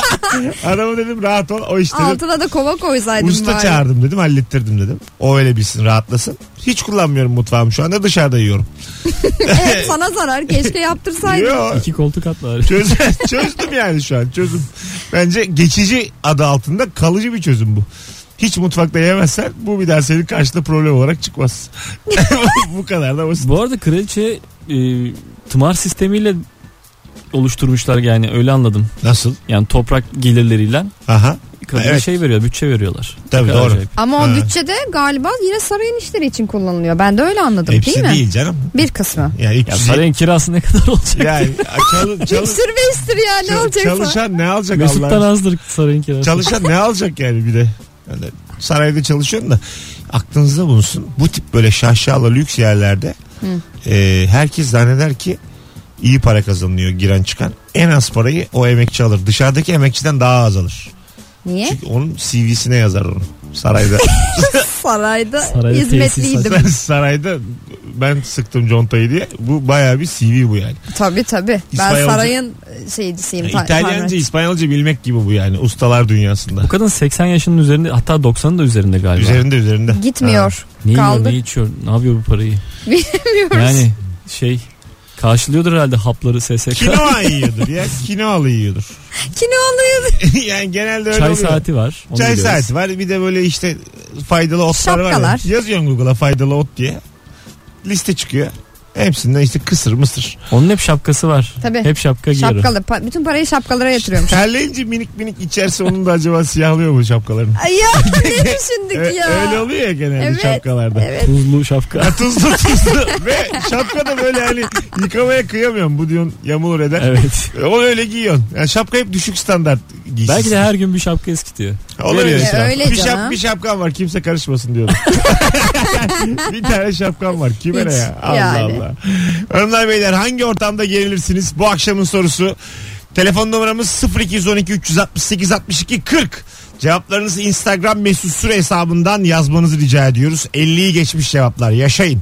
[SPEAKER 2] Adamı dedim rahat ol o işleri.
[SPEAKER 3] Altına da kova koysaydın
[SPEAKER 2] Usta
[SPEAKER 3] bari.
[SPEAKER 2] çağırdım dedim hallettirdim dedim. O öyle bilsin rahatlasın. Hiç kullanmıyorum mutfağımı şu anda dışarıda yiyorum.
[SPEAKER 3] Evet sana zarar keşke yaptırsaydın.
[SPEAKER 2] Yo,
[SPEAKER 4] İki koltuk at var.
[SPEAKER 2] Çöz, çözdüm yani şu an çözüm. Bence geçici adı altında kalıcı bir çözüm bu. Hiç mutfakta yemezsen bu bir daha senin karşında problem olarak çıkmaz. Bu kadar da basit.
[SPEAKER 4] Bu arada kraliçe e, tımar sistemiyle oluşturmuşlar yani öyle anladım.
[SPEAKER 2] Nasıl?
[SPEAKER 4] Yani toprak gelirleriyle
[SPEAKER 2] Aha.
[SPEAKER 4] kadına
[SPEAKER 2] Evet.
[SPEAKER 4] şey veriyor, bütçe veriyorlar.
[SPEAKER 2] Tabii
[SPEAKER 4] Ne kadar
[SPEAKER 2] doğru.
[SPEAKER 4] acayip.
[SPEAKER 3] Ama o
[SPEAKER 2] Ha.
[SPEAKER 3] bütçede galiba yine sarayın işleri için kullanılıyor. Ben de öyle anladım
[SPEAKER 2] Hepsi
[SPEAKER 3] değil mi?
[SPEAKER 2] değil canım.
[SPEAKER 3] Bir kısmı.
[SPEAKER 2] Yani,
[SPEAKER 4] Ya
[SPEAKER 2] üç yüz
[SPEAKER 4] sarayın kirası ne kadar olacak?
[SPEAKER 2] yani çalı, çalı,
[SPEAKER 3] Sür beştir ya ne olacaksa.
[SPEAKER 2] çalışan ne alacak
[SPEAKER 4] Mesut'tan
[SPEAKER 2] Allah'ın?
[SPEAKER 4] azdır sarayın kirası.
[SPEAKER 2] Çalışan ne alacak yani bir de? Yani sarayda çalışıyorsun da aklınızda bulunsun. Bu tip böyle şaşalı lüks yerlerde e, herkes zanneder ki iyi para kazanılıyor giren çıkan. En az parayı o emekçi alır. Dışarıdaki emekçiden daha az alır.
[SPEAKER 3] Niye?
[SPEAKER 2] Çünkü onun C V'sine yazar onu. Sarayda.
[SPEAKER 3] Sarayda,
[SPEAKER 4] Sarayda
[SPEAKER 3] hizmetliydim.
[SPEAKER 2] Sarayda ben sıktım contayı diye. Bu bayağı bir C V bu yani.
[SPEAKER 3] Tabii tabii. Ben
[SPEAKER 2] İspanyolca-
[SPEAKER 3] sarayın şeycisiyim. ta-
[SPEAKER 2] İtalyanca,
[SPEAKER 3] tanrıç.
[SPEAKER 2] İspanyolca bilmek gibi bu yani. Ustalar dünyasında.
[SPEAKER 4] Bu kadın seksen yaşının üzerinde, hatta doksanın da üzerinde galiba.
[SPEAKER 2] Üzerinde üzerinde.
[SPEAKER 3] Gitmiyor.
[SPEAKER 4] Ne yiyor,
[SPEAKER 3] Kaldı.
[SPEAKER 4] ne içiyor, ne yapıyor bu parayı?
[SPEAKER 3] Bilmiyoruz.
[SPEAKER 4] Yani şey Karşılıyordur herhalde hapları S S K.
[SPEAKER 2] Kinoa yiyordur ya. Kinoalı yiyordur.
[SPEAKER 3] Kinoalı.
[SPEAKER 2] Yani genelde öyle
[SPEAKER 4] Çay
[SPEAKER 2] oluyor.
[SPEAKER 4] saati var. Onu
[SPEAKER 2] Çay
[SPEAKER 4] biliyoruz.
[SPEAKER 2] saati var. Bir de böyle işte faydalı otlar var
[SPEAKER 3] Şapkalar.
[SPEAKER 2] ya. Yazıyorsun Google'a faydalı ot diye. Liste çıkıyor. Hepsinden işte kısır mısır.
[SPEAKER 4] Onun hep şapkası var.
[SPEAKER 3] Tabii.
[SPEAKER 4] Hep şapka giyiyor.
[SPEAKER 3] Şapkalı. Pa- bütün parayı şapkalara yatırıyormuş.
[SPEAKER 2] Terleyince minik minik içerse onun da acaba siyahlıyor mu şapkalarını?
[SPEAKER 3] Ay ya ne düşündük
[SPEAKER 2] Ö-
[SPEAKER 3] ya.
[SPEAKER 2] Öyle oluyor ya genelde
[SPEAKER 3] Evet,
[SPEAKER 2] şapkalarda.
[SPEAKER 3] Evet.
[SPEAKER 4] Tuzlu şapka.
[SPEAKER 2] Ha, tuzlu tuzlu ve şapka da böyle hani yıkamaya kıyamıyorum bu diyorsun yamulur eder.
[SPEAKER 4] Evet.
[SPEAKER 2] O öyle giyiyorsun. Yani şapka hep düşük standart giysin.
[SPEAKER 4] Belki de her gün bir şapka eskitiyor.
[SPEAKER 2] Olabilir.
[SPEAKER 4] Veriyor
[SPEAKER 3] E,
[SPEAKER 4] israf.
[SPEAKER 3] öyle
[SPEAKER 2] bir, şap,
[SPEAKER 3] canım.
[SPEAKER 2] bir şapkam var kimse karışmasın diyorum. Bir tane şapkam var kime
[SPEAKER 3] Hiç,
[SPEAKER 2] ne ya? Allah
[SPEAKER 3] yani.
[SPEAKER 2] Allah. Hanımlar beyler hangi ortamda gerilirsiniz? Bu akşamın sorusu. Telefon numaramız sıfır iki on iki üç altı sekiz altmış iki kırk. Cevaplarınızı Instagram mesut süre hesabından yazmanızı rica ediyoruz. elliyi geçmiş cevaplar yaşayın.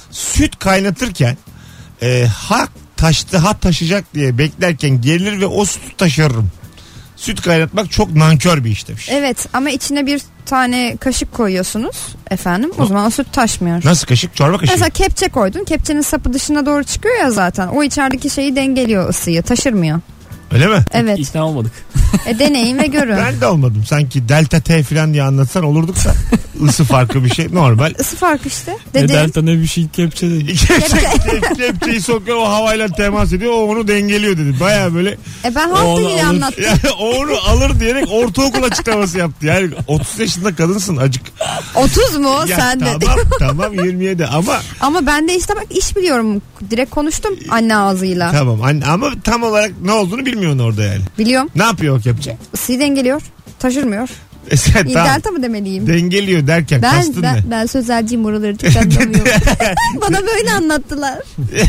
[SPEAKER 2] Süt kaynatırken e, ha taştı ha taşıyacak diye beklerken gerilir ve o sütü taşırırım. Süt kaynatmak çok nankör bir iş demiş.
[SPEAKER 3] Evet ama içine bir tane kaşık koyuyorsunuz efendim. O zaman o süt taşmıyor.
[SPEAKER 2] Nasıl kaşık? Çorba kaşığı.
[SPEAKER 3] Mesela kepçe koydun. Kepçenin sapı dışına doğru çıkıyor ya zaten. O içerideki şeyi dengeliyor, ısıyı. Taşırmıyor.
[SPEAKER 2] Öyle mi?
[SPEAKER 3] Evet.
[SPEAKER 4] İkna olmadık.
[SPEAKER 3] E, deneyin ve görün.
[SPEAKER 2] Ben de olmadım. Sanki delta T falan diye anlatsan olurduk da ısı farkı bir şey. Normal.
[SPEAKER 3] Isı farkı işte.
[SPEAKER 4] Ne
[SPEAKER 3] Dedim.
[SPEAKER 4] delta ne bir şey kepçe dedi.
[SPEAKER 2] Kepçe, kep- kepçeyi sokuyor o havayla temas ediyor. O onu dengeliyor dedi. Baya böyle
[SPEAKER 3] E ben
[SPEAKER 4] O
[SPEAKER 3] halk
[SPEAKER 4] onu
[SPEAKER 3] diliyle
[SPEAKER 4] alır.
[SPEAKER 3] anlattım.
[SPEAKER 2] yani o onu alır diyerek ortaokul açıklaması yaptı. Yani otuz yaşında kadınsın acık.
[SPEAKER 3] otuz mu
[SPEAKER 2] Ya
[SPEAKER 3] sen de?
[SPEAKER 2] tamam tamam yirmi yedi ama
[SPEAKER 3] Ama ben de işte bak iş biliyorum. Direkt konuştum anne ağzıyla.
[SPEAKER 2] tamam anne, ama tam olarak ne olduğunu bilmiyorsun orada yani.
[SPEAKER 3] Biliyorum.
[SPEAKER 2] Ne yapıyor o kepçe?
[SPEAKER 3] Isıyı dengeliyor. Taşırmıyor.
[SPEAKER 2] E sen
[SPEAKER 3] İyi,
[SPEAKER 2] tamam.
[SPEAKER 3] Delta mı demeliyim?
[SPEAKER 2] Dengeliyor derken
[SPEAKER 3] Ben
[SPEAKER 2] kastın
[SPEAKER 3] ben,
[SPEAKER 2] ne?
[SPEAKER 3] ben sözelciyim oraları çok anlamıyorum. Bana böyle anlattılar.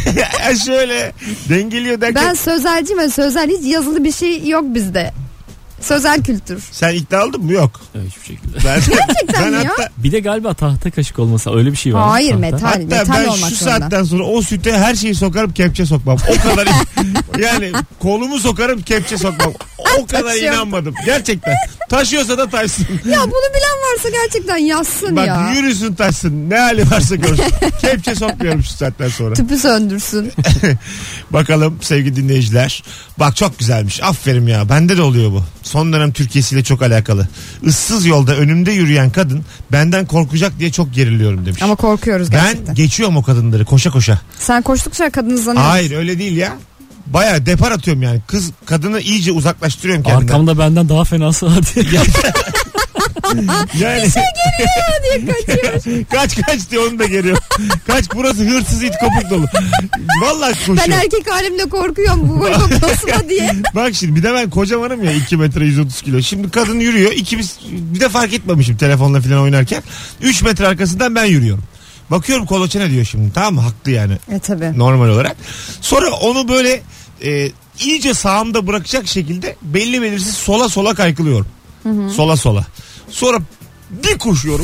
[SPEAKER 2] Ya şöyle dengeliyor derken
[SPEAKER 3] Ben sözelciyim ve sözel hiç yazılı bir şey yok bizde. Sözel kültür.
[SPEAKER 2] sen ikna oldun mu? Yok.
[SPEAKER 4] Evet, hiçbir şekilde.
[SPEAKER 2] Ben, ben
[SPEAKER 3] mi ya?
[SPEAKER 2] hatta
[SPEAKER 4] Bir de galiba tahta kaşık olması öyle bir şey var.
[SPEAKER 3] Hayır
[SPEAKER 4] Tahta.
[SPEAKER 3] metal.
[SPEAKER 2] Hatta
[SPEAKER 3] metal
[SPEAKER 2] ben
[SPEAKER 3] olmak
[SPEAKER 2] şu
[SPEAKER 3] zorunda.
[SPEAKER 2] saatten sonra o süte her şeyi sokarım kepçe sokmam. O kadar yani kolumu sokarım kepçe sokmam. O kadar
[SPEAKER 3] Taşıyor.
[SPEAKER 2] inanmadım. Gerçekten. Taşıyorsa da taşsın.
[SPEAKER 3] Ya bunu bilen varsa gerçekten yazsın
[SPEAKER 2] Bak
[SPEAKER 3] ya.
[SPEAKER 2] yürüsün taşsın. Ne hali varsa görsün. Kepçe sokmuyorum şu saatten sonra.
[SPEAKER 3] Tüpü söndürsün.
[SPEAKER 2] Bakalım sevgili dinleyiciler. Bak çok güzelmiş. Aferin ya. Bende de oluyor bu. Son dönem Türkiye'siyle çok alakalı. Issız yolda önümde yürüyen kadın benden korkacak diye çok geriliyorum demiş.
[SPEAKER 3] Ama korkuyoruz gerçekten.
[SPEAKER 2] ben geçiyorum o kadınları koşa koşa.
[SPEAKER 3] Sen koştukça kadın hızlanıyor.
[SPEAKER 2] Hayır öyle değil ya. Baya depar atıyorum yani. Kız kadını iyice uzaklaştırıyorum kendimden.
[SPEAKER 4] Arkamda benden daha fenası var diye.
[SPEAKER 2] Yani
[SPEAKER 3] diye kaçıyor.
[SPEAKER 2] kaç kaç diye onu da geliyor. Kaç burası hırsız it kopuk dolu. Vallahi
[SPEAKER 3] Ben
[SPEAKER 2] koşuyorum.
[SPEAKER 3] erkek halimle korkuyorum bu boy posma diye.
[SPEAKER 2] Bak şimdi bir de ben kocamanım ya iki metre yüz otuz kilo. Şimdi kadın yürüyor. İkimiz bir de fark etmemişim telefonla falan oynarken. üç metre arkasından ben yürüyorum. Bakıyorum kolaçan ediyor şimdi tamam mı? Haklı yani
[SPEAKER 3] E tabi.
[SPEAKER 2] normal olarak. Sonra onu böyle e, iyice sağımda bırakacak şekilde belli belirsiz sola sola kaykılıyorum. Sola sola. Sonra bir koşuyorum.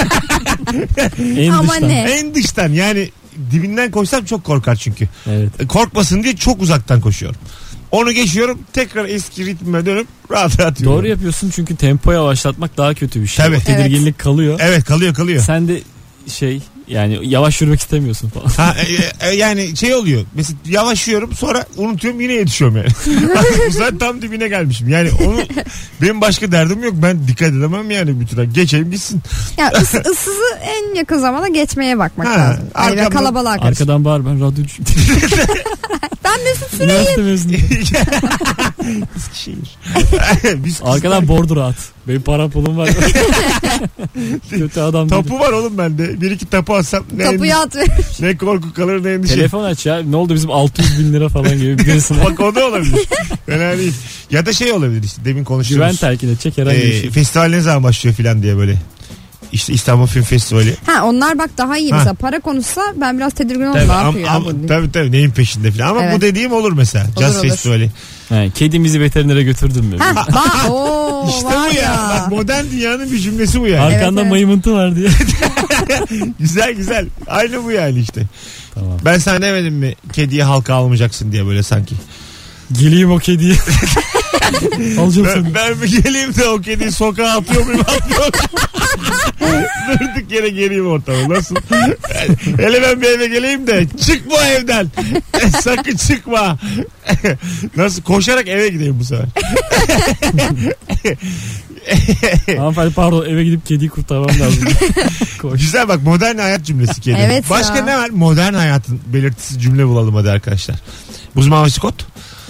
[SPEAKER 4] En
[SPEAKER 3] Ama
[SPEAKER 4] dıştan.
[SPEAKER 3] ne?
[SPEAKER 2] En dıştan yani dibinden koşsam çok korkar çünkü.
[SPEAKER 4] Evet.
[SPEAKER 2] E, Korkmasın diye çok uzaktan koşuyorum. Onu geçiyorum tekrar eski ritmime dönüp rahat rahat yürüyorum.
[SPEAKER 4] Doğru yapıyorsun çünkü tempo yavaşlatmak daha kötü bir şey.
[SPEAKER 2] Tabii.
[SPEAKER 4] O tedirginlik kalıyor.
[SPEAKER 2] Evet kalıyor kalıyor.
[SPEAKER 4] Sen de şey yani yavaş yürümek istemiyorsun falan.
[SPEAKER 2] Ha, e, e, yani şey oluyor. Mesela yavaşlıyorum sonra unutuyorum yine yetişiyorum yani. Bu sefer tam dibine gelmişim. Yani onu benim başka derdim yok. Ben dikkat edemem yani bütün. Geçeyim gitsin.
[SPEAKER 3] Ya ıs, ıssızı en yakın zamanda geçmeye bakmak
[SPEAKER 2] Ha,
[SPEAKER 3] lazım. Yani
[SPEAKER 2] arkamdan-
[SPEAKER 3] kalabalığa karşı.
[SPEAKER 4] Arkadan bağır ben radyocuyum.
[SPEAKER 3] Ben Mesut Süreyi.
[SPEAKER 4] Üniversite mezunuyum.
[SPEAKER 2] Eskişehir. Biz
[SPEAKER 4] Arkadan bordura at. Benim para pulum var. Kötü adam değilim.
[SPEAKER 2] tapu var oğlum bende. Bir iki tapu atsam ne,
[SPEAKER 3] Tapuya at ver.
[SPEAKER 2] ne korku kalır ne endişe.
[SPEAKER 4] Telefon aç ya. Ne oldu bizim altı yüz bin lira falan gibi birisine.
[SPEAKER 2] Bak o da olabilir. Fena değil. Ya da şey olabilir işte demin
[SPEAKER 4] Güven
[SPEAKER 2] konuştuğumuz.
[SPEAKER 4] telkin edecek herhangi bir
[SPEAKER 2] Ee,
[SPEAKER 4] şey.
[SPEAKER 2] festival ne zaman başlıyor filan diye böyle. İşte İstanbul Film Festivali.
[SPEAKER 3] Ha onlar bak daha iyi
[SPEAKER 2] Ha.
[SPEAKER 3] mesela para konuşsa ben biraz tedirgin oldum.
[SPEAKER 2] Tabii,
[SPEAKER 3] Ne
[SPEAKER 2] am-
[SPEAKER 3] yapıyor ya
[SPEAKER 2] am-
[SPEAKER 3] bu diye.
[SPEAKER 2] tabii tabii neyin peşinde filan. Ama
[SPEAKER 3] Evet.
[SPEAKER 2] bu dediğim olur mesela.
[SPEAKER 3] Olur,
[SPEAKER 2] Jazz
[SPEAKER 3] olur.
[SPEAKER 2] Festivali.
[SPEAKER 4] He, kedimizi veterinere götürdün mü?
[SPEAKER 3] Ha bak ooo
[SPEAKER 2] İşte
[SPEAKER 3] var
[SPEAKER 2] bu ya.
[SPEAKER 3] ya.
[SPEAKER 2] Bak modern dünyanın bir cümlesi bu yani.
[SPEAKER 4] Arkanda
[SPEAKER 3] evet.
[SPEAKER 4] maymuntu var diye.
[SPEAKER 2] Güzel güzel. Aynı bu yani işte.
[SPEAKER 4] Tamam.
[SPEAKER 2] Ben sana demedim mi kediye halka almayacaksın diye böyle sanki.
[SPEAKER 4] Geleyim o kediye. Alacağım seni.
[SPEAKER 2] Ben, ben mi geleyim de o kediyi sokağa atıyor muyum atmıyor muyum? Durduk yere geleyim ortama. Nasıl? Hele ben bir eve geleyim de çık bu evden. Sakın çıkma. Nasıl? Koşarak eve gideyim bu sefer.
[SPEAKER 4] Hanımefendi pardon, eve gidip kediyi kurtarmam lazım. Koş.
[SPEAKER 2] Güzel bak, modern hayat cümlesi kedi.
[SPEAKER 3] Evet
[SPEAKER 2] Başka
[SPEAKER 3] ya.
[SPEAKER 2] ne var? Modern hayatın belirtisi cümle bulalım hadi arkadaşlar. Buz mavisi kot.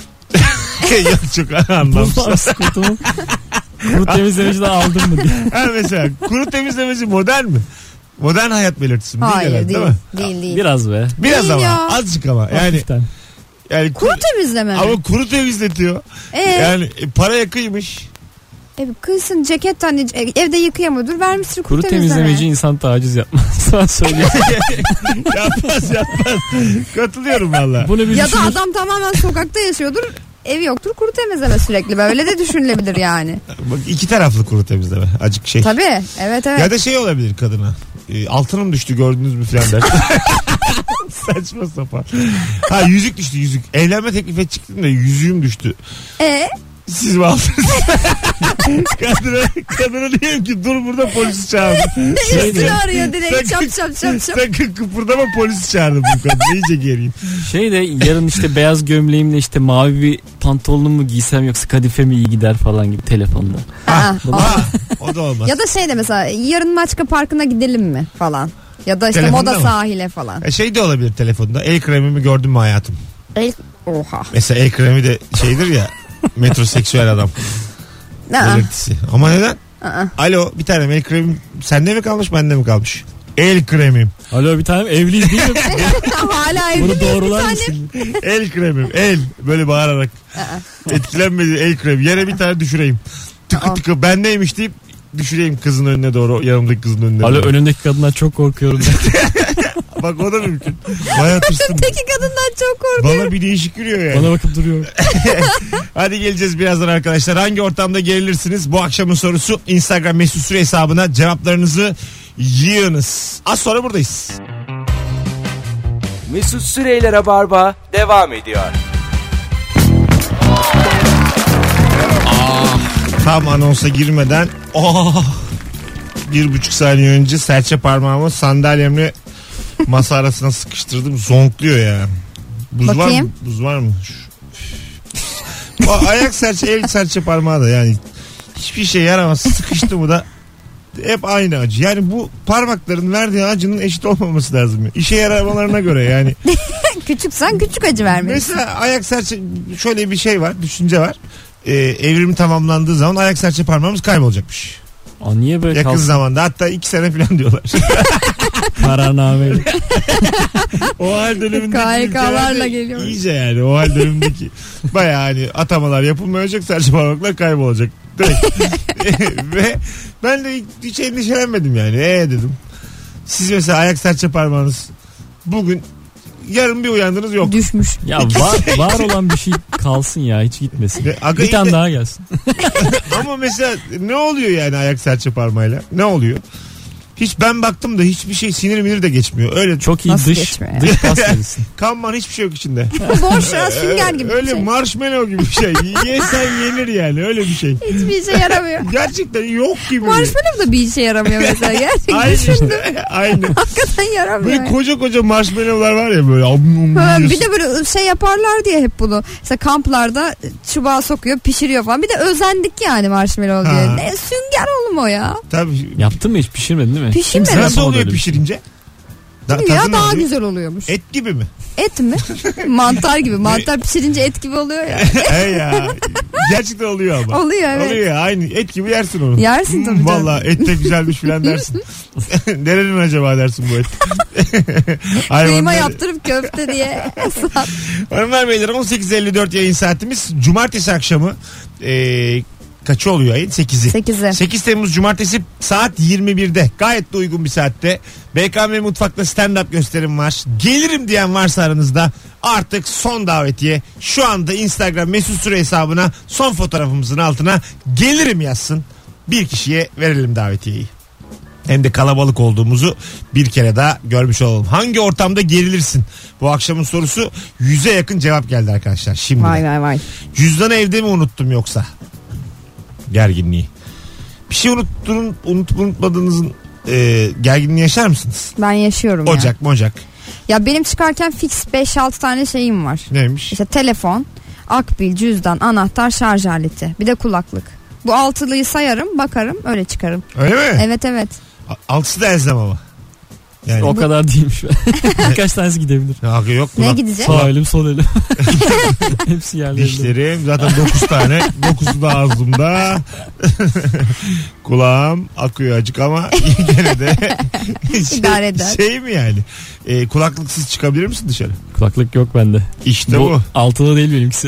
[SPEAKER 2] Yok çok anlamsız.
[SPEAKER 4] Buzlar sıkıntımı. Kuru temizlemeciden aldın mı diye.
[SPEAKER 2] Ha mesela kuru temizlemeci modern mi? Modern hayat belirtisi mi?
[SPEAKER 3] Hayır
[SPEAKER 2] herhalde,
[SPEAKER 3] değil.
[SPEAKER 2] mi?
[SPEAKER 3] Değil değil.
[SPEAKER 4] Biraz be.
[SPEAKER 2] Biraz
[SPEAKER 3] Değil
[SPEAKER 2] ama
[SPEAKER 3] ya.
[SPEAKER 2] azıcık ama yani
[SPEAKER 4] Hafiften.
[SPEAKER 2] yani
[SPEAKER 3] Kuru temizleme mi?
[SPEAKER 2] ama kuru temizletiyor.
[SPEAKER 3] Ee,
[SPEAKER 2] Yani e, paraya kıymış.
[SPEAKER 3] e, kızsın ceket hani e, evde yıkayamıyordur, vermişsin kuru,
[SPEAKER 4] Kuru temizlemeci insan taciz yapmaz. Sana söyleyeyim.
[SPEAKER 2] Yapmaz yapmaz. Katılıyorum valla.
[SPEAKER 4] Bunu bir
[SPEAKER 3] Ya da
[SPEAKER 4] düşünür.
[SPEAKER 3] adam tamamen sokakta yaşıyordur, evi yoktur, kuru temizleme sürekli, böyle de düşünülebilir yani.
[SPEAKER 2] Bak iki taraflı kuru temizleme. Acık şey.
[SPEAKER 3] Tabii evet evet.
[SPEAKER 2] Ya da şey olabilir kadına. E, altınım düştü gördünüz mü filan der. Saçma sapan. Ha yüzük düştü yüzük. Evlenme teklif edecektim de yüzüğüm düştü.
[SPEAKER 3] E
[SPEAKER 2] Siz mi aldınız? kadına, kadına diyeyim ki dur burada polisi çağırdım.
[SPEAKER 3] üstünü arıyor direkt,
[SPEAKER 2] Sakın-
[SPEAKER 3] çap çap çap çap.
[SPEAKER 2] Sakın kıpırdama, polisi çağırdım bu kadını. İyice geriyim.
[SPEAKER 4] Şey de yarın işte beyaz gömleğimle işte mavi bir pantolonum mu giysem yoksa kadife mi iyi gider falan gibi telefonda.
[SPEAKER 3] Aa,
[SPEAKER 2] Ha,
[SPEAKER 3] aa.
[SPEAKER 2] o da olmaz.
[SPEAKER 3] Ya da şey de mesela yarın Maçka Parkı'na gidelim mi falan. Ya da işte
[SPEAKER 2] Telefonda
[SPEAKER 3] Moda
[SPEAKER 2] mı?
[SPEAKER 3] sahile falan.
[SPEAKER 2] E şey de olabilir telefonda. El kremimi gördün mü hayatım?
[SPEAKER 3] El... Oha.
[SPEAKER 2] Mesela el kremi de şeydir ya. Metroseksüel adam.
[SPEAKER 3] Aa,
[SPEAKER 2] Belirtisi. Ama neden?
[SPEAKER 3] aa.
[SPEAKER 2] Alo bir tanem, el kremim sende mi kalmış bende mi kalmış? El kremim.
[SPEAKER 4] Alo bir tanem, evliyiz değil mi?
[SPEAKER 3] Hala evli
[SPEAKER 4] Bunu
[SPEAKER 3] miyiz bir
[SPEAKER 4] doğrular
[SPEAKER 3] tane?
[SPEAKER 4] mısın?
[SPEAKER 2] El kremim. El. Böyle bağırarak. Etkilenmedi el krem. Yere bir tane düşüreyim. Tıkı
[SPEAKER 3] Aa.
[SPEAKER 2] tıkı ben neymiştim düşüreyim kızın önüne doğru. Yanımdaki kızın önüne
[SPEAKER 4] Alo
[SPEAKER 2] doğru.
[SPEAKER 4] önündeki kadından çok korkuyorum.
[SPEAKER 2] Bak o da mümkün. Bayağı tırstım.
[SPEAKER 3] Öteki kadından çok korkuyorum.
[SPEAKER 2] Bana bir değişik yürüyor yani.
[SPEAKER 4] Bana bakıp duruyor.
[SPEAKER 2] Hadi geleceğiz birazdan arkadaşlar. Hangi ortamda gerilirsiniz? Bu akşamın sorusu Instagram mesut süre hesabına cevaplarınızı yığınız. Az sonra buradayız.
[SPEAKER 1] Mesut Süreyler'e barba devam ediyor.
[SPEAKER 2] Tam anonsa girmeden oh, bir buçuk saniye önce serçe parmağımı sandalyemle masa arasına sıkıştırdım. Zonkluyor ya. Buz var mı?
[SPEAKER 3] Bakayım.
[SPEAKER 2] Buz var mı? Şu- o ayak serçe, el serçe parmağı da yani hiçbir şey yaramaz. Sıkıştı mı da hep aynı acı. Yani bu parmakların verdiği acının eşit olmaması lazım. İşe yaramalarına göre yani.
[SPEAKER 3] Küçüksen küçük acı vermelisin.
[SPEAKER 2] Mesela ayak serçe şöyle bir şey var, düşünce var. Ee, evrim tamamlandığı zaman ayak serçe parmağımız kaybolacakmış.
[SPEAKER 4] Aa, niye böyle
[SPEAKER 2] Yakın
[SPEAKER 4] kalsın?
[SPEAKER 2] zamanda, hatta iki sene falan diyorlar.
[SPEAKER 4] Kararname.
[SPEAKER 2] O hal dönemindeki
[SPEAKER 3] K Y K'larla
[SPEAKER 2] ülkelerde
[SPEAKER 3] geliyor.
[SPEAKER 2] İyice yani o hal dönemindeki baya hani atamalar yapılmayacak, serçe parmaklar kaybolacak. Direkt. Ve ben de hiç endişelenmedim yani. Eee dedim. Siz mesela ayak serçe parmağınız bugün, yarın bir uyandınız yok.
[SPEAKER 3] Düşmüş.
[SPEAKER 4] Ya var, var olan bir şey kalsın ya, hiç gitmesin.
[SPEAKER 2] Ne- aga
[SPEAKER 4] Bir tane
[SPEAKER 2] iyi de-
[SPEAKER 4] daha gelsin.
[SPEAKER 2] Ama mesela ne oluyor yani ayak serçe parmağıyla? Ne oluyor? Hiç ben baktım da hiçbir şey, sinir minir de geçmiyor. Öyle çok
[SPEAKER 4] Çok iyi
[SPEAKER 3] Nasıl
[SPEAKER 4] dış,
[SPEAKER 3] geçmiyor ya?
[SPEAKER 4] dış pas verirsin.
[SPEAKER 2] kan man hiçbir şey yok içinde.
[SPEAKER 3] Boş ya, sünger gibi bir
[SPEAKER 2] Öyle
[SPEAKER 3] şey.
[SPEAKER 2] marshmallow gibi bir şey. Yesen yenir yani, öyle bir şey.
[SPEAKER 3] Hiçbir işe yaramıyor.
[SPEAKER 2] Gerçekten yok gibi.
[SPEAKER 3] Marshmallow da bir işe yaramıyor mesela. Gerçekten
[SPEAKER 2] Aynı
[SPEAKER 3] düşündüm.
[SPEAKER 2] işte. Aynı.
[SPEAKER 3] Hakikaten yaramıyor.
[SPEAKER 2] Böyle koca koca marshmallowlar var ya böyle. Am, am,
[SPEAKER 3] Ha, bir
[SPEAKER 2] yiyorsun.
[SPEAKER 3] de böyle şey yaparlar diye hep bunu. Mesela kamplarda çubuğa sokuyor, pişiriyor falan. Bir de özendik yani marshmallow diye.
[SPEAKER 2] Ha.
[SPEAKER 3] Ne sünger oğlum o ya.
[SPEAKER 2] Tabii.
[SPEAKER 4] Yaptın mı hiç, pişirmedin değil mi?
[SPEAKER 3] Pişirmedim.
[SPEAKER 4] Kimse
[SPEAKER 2] Nasıl
[SPEAKER 4] yapamadı
[SPEAKER 2] oluyor
[SPEAKER 4] öyle bir şey.
[SPEAKER 2] pişirince? Da,
[SPEAKER 3] Bilmiyorum ya,
[SPEAKER 2] tadı ne
[SPEAKER 3] daha
[SPEAKER 2] oluyor?
[SPEAKER 3] güzel oluyormuş. Et,
[SPEAKER 2] Et gibi mi?
[SPEAKER 3] mi? Mantar gibi. Mantar pişirince et gibi oluyor ya.
[SPEAKER 2] He ya. Gerçekten oluyor ama.
[SPEAKER 3] Oluyor evet.
[SPEAKER 2] Oluyor ya, aynı et gibi yersin onu.
[SPEAKER 3] Yersin tabii canım.
[SPEAKER 2] Valla et de güzelmiş filan dersin. Nerenin acaba dersin bu et. Hayvanlar-
[SPEAKER 3] Kıyma yaptırıp köfte diye.
[SPEAKER 2] Hanımlar beyler, on sekiz elli dört yayın saatimiz. Cumartesi akşamı e, kaçı oluyor ayın? sekizi.
[SPEAKER 3] sekizi.
[SPEAKER 2] sekiz Temmuz Cumartesi saat yirmi birde. Gayet de uygun bir saatte. B K M Mutfak'ta stand-up gösterim var. Gelirim diyen varsa aranızda artık son davetiye. Şu anda Instagram mesut süre hesabına son fotoğrafımızın altına gelirim yazsın. Bir kişiye verelim davetiyeyi. Hem de kalabalık olduğumuzu bir kere daha görmüş olalım. Hangi ortamda gerilirsin? Bu akşamın sorusu, yüze yakın cevap geldi arkadaşlar. Şimdi
[SPEAKER 3] Vay vay vay.
[SPEAKER 2] cüzdanı evde mi unuttum yoksa? Gerginliği. Bir şey unuttuğun, unutup unutmadığınızın e, gerginliği yaşar mısınız?
[SPEAKER 3] Ben yaşıyorum ya.
[SPEAKER 2] Ocak mocak.
[SPEAKER 3] Ya benim çıkarken fix beş altı tane şeyim var.
[SPEAKER 2] Neymiş?
[SPEAKER 3] İşte telefon, akbil, cüzdan, anahtar, şarj aleti. Bir de kulaklık. Bu altılıyı sayarım, bakarım, öyle çıkarım.
[SPEAKER 2] Öyle mi?
[SPEAKER 3] Evet evet.
[SPEAKER 2] A- Altısı da elzem ama. Yani
[SPEAKER 4] O kadar değilmiş. Birkaç tanesi gidebilir.
[SPEAKER 2] ya, yok
[SPEAKER 3] Ne
[SPEAKER 2] kulak,
[SPEAKER 3] gidecek?
[SPEAKER 4] Sağ elim sol elim. Hepsi yerlerinde.
[SPEAKER 2] dişlerim zaten dokuz tane. Dokuzu da ağzımda. Kulağım akıyor acık ama gene de şey,
[SPEAKER 3] İdare eder.
[SPEAKER 2] şey mi yani? E, kulaklıksız çıkabilir misin dışarı?
[SPEAKER 4] Kulaklık yok bende.
[SPEAKER 2] İşte bu.
[SPEAKER 4] Bu altılı değil benimkisi.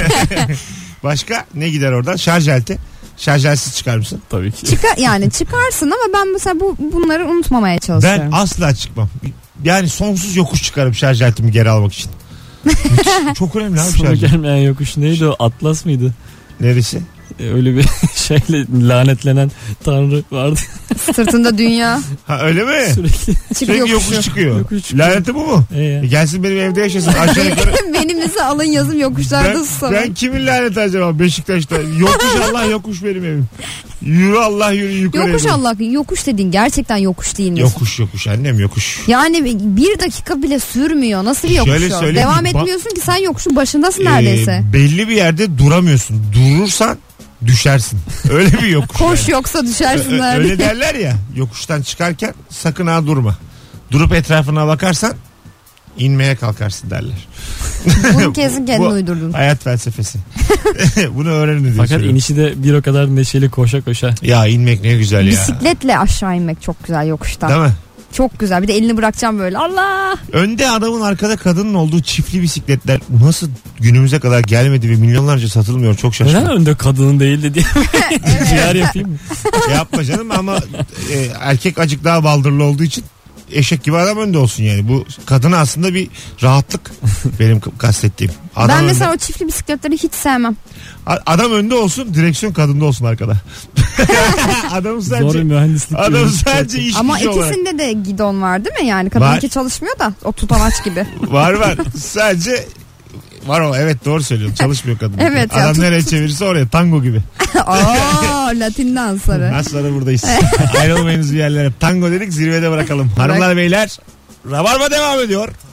[SPEAKER 2] Başka ne gider oradan? Şarj aleti. Şarj aletiz çıkar mısın?
[SPEAKER 4] Tabii ki.
[SPEAKER 3] Çıkar, yani çıkarsın ama ben mesela bu bunları unutmamaya
[SPEAKER 2] Ben
[SPEAKER 3] çalışıyorum.
[SPEAKER 2] asla çıkmam. Yani sonsuz yokuş çıkarım şarj aletimi geri almak için. Müthiş, çok önemli abi
[SPEAKER 4] Sonu
[SPEAKER 2] şarj.
[SPEAKER 4] gelmeyen yokuş neydi o? Atlas mıydı?
[SPEAKER 2] Neresi?
[SPEAKER 4] Ee, Öyle bir şeyle lanetlenen tanrı vardı.
[SPEAKER 3] Sırtında dünya
[SPEAKER 2] Ha öyle mi?
[SPEAKER 4] Sürekli.
[SPEAKER 2] Sürekli yokuş
[SPEAKER 3] yokuşu.
[SPEAKER 2] çıkıyor.
[SPEAKER 4] Yokuş çıkıyor.
[SPEAKER 2] Laneti bu mu?
[SPEAKER 4] E ya.
[SPEAKER 2] E gelsin benim evde yaşasın aşağı yukarı.
[SPEAKER 3] Benimizi alın yazım yokuşlarda
[SPEAKER 2] Ben,
[SPEAKER 3] susalım.
[SPEAKER 2] ben kimin laneti acaba Beşiktaş'ta? Yokuş Allah yokuş benim evim. Yürü Allah yürü yukarı.
[SPEAKER 3] Yokuş
[SPEAKER 2] evim.
[SPEAKER 3] Allah, yokuş dediğin gerçekten yokuş değil mi?
[SPEAKER 2] Yokuş yokuş annem yokuş.
[SPEAKER 3] Yani bir dakika bile sürmüyor. Nasıl bir yokuş
[SPEAKER 2] Şöyle
[SPEAKER 3] o?
[SPEAKER 2] söyleyeyim
[SPEAKER 3] Devam
[SPEAKER 2] mi? Ba-
[SPEAKER 3] etmiyorsun ki, sen yokuşun başındasın neredeyse.
[SPEAKER 2] Ee, belli bir yerde duramıyorsun. Durursan düşersin. Öyle bir yokuş.
[SPEAKER 3] Koş
[SPEAKER 2] yani.
[SPEAKER 3] yoksa düşersin
[SPEAKER 2] Ö- ö-
[SPEAKER 3] neredeyse.
[SPEAKER 2] Öyle derler ya, yokuştan çıkarken sakın ha durma. Durup etrafına bakarsan inmeye kalkarsın derler.
[SPEAKER 3] Bunu kesin kendin
[SPEAKER 2] Bu
[SPEAKER 3] uydurdun.
[SPEAKER 2] hayat felsefesi. Bunu öğrenin diye
[SPEAKER 4] Fakat
[SPEAKER 2] söylüyorum.
[SPEAKER 4] inişi de bir o kadar neşeli koşa koşa.
[SPEAKER 2] Ya inmek ne güzel ya.
[SPEAKER 3] Bisikletle aşağı inmek çok güzel yokuştan.
[SPEAKER 2] Değil mi?
[SPEAKER 3] Çok güzel. Bir de elini bırakacağım böyle. Allah!
[SPEAKER 2] Önde adamın arkada kadının olduğu çiftli bisikletler nasıl günümüze kadar gelmedi ve milyonlarca satılmıyor, çok
[SPEAKER 4] Neden
[SPEAKER 2] şaşırdım.
[SPEAKER 4] önde kadının değildi diye. Ciğer yapayım mı?
[SPEAKER 2] Yapma canım ama e, erkek acık daha baldırlı olduğu için eşek gibi adam önde olsun yani. Bu kadına aslında bir rahatlık benim kastettiğim. Adam
[SPEAKER 3] Ben
[SPEAKER 2] önde,
[SPEAKER 3] mesela o çiftli bisikletleri hiç sevmem.
[SPEAKER 2] A- adam önde olsun, direksiyon kadında olsun arkada. Adamın
[SPEAKER 4] Zor bir
[SPEAKER 2] sadece
[SPEAKER 4] mühendislik.
[SPEAKER 2] adam
[SPEAKER 4] diyorum.
[SPEAKER 2] sadece iş
[SPEAKER 3] Ama
[SPEAKER 2] gücü olarak.
[SPEAKER 3] ikisinde de gidon var değil mi? Yani
[SPEAKER 2] Var.
[SPEAKER 3] kadınki çalışmıyor da o tutamaç gibi.
[SPEAKER 2] Var var. Sadece var o, evet doğru söylüyorsun. Çalışmıyor kadın.
[SPEAKER 3] Evet ya,
[SPEAKER 2] Adam
[SPEAKER 3] tut-
[SPEAKER 2] nereye
[SPEAKER 3] tut-
[SPEAKER 2] çevirirse oraya, tango gibi.
[SPEAKER 3] Aa, Latin dansları.
[SPEAKER 2] Az sonra buradayız. Ayrılmayınız bir yerlere. Tango dedik, zirvede bırakalım. Hanımlar beyler, Rabarba devam ediyor.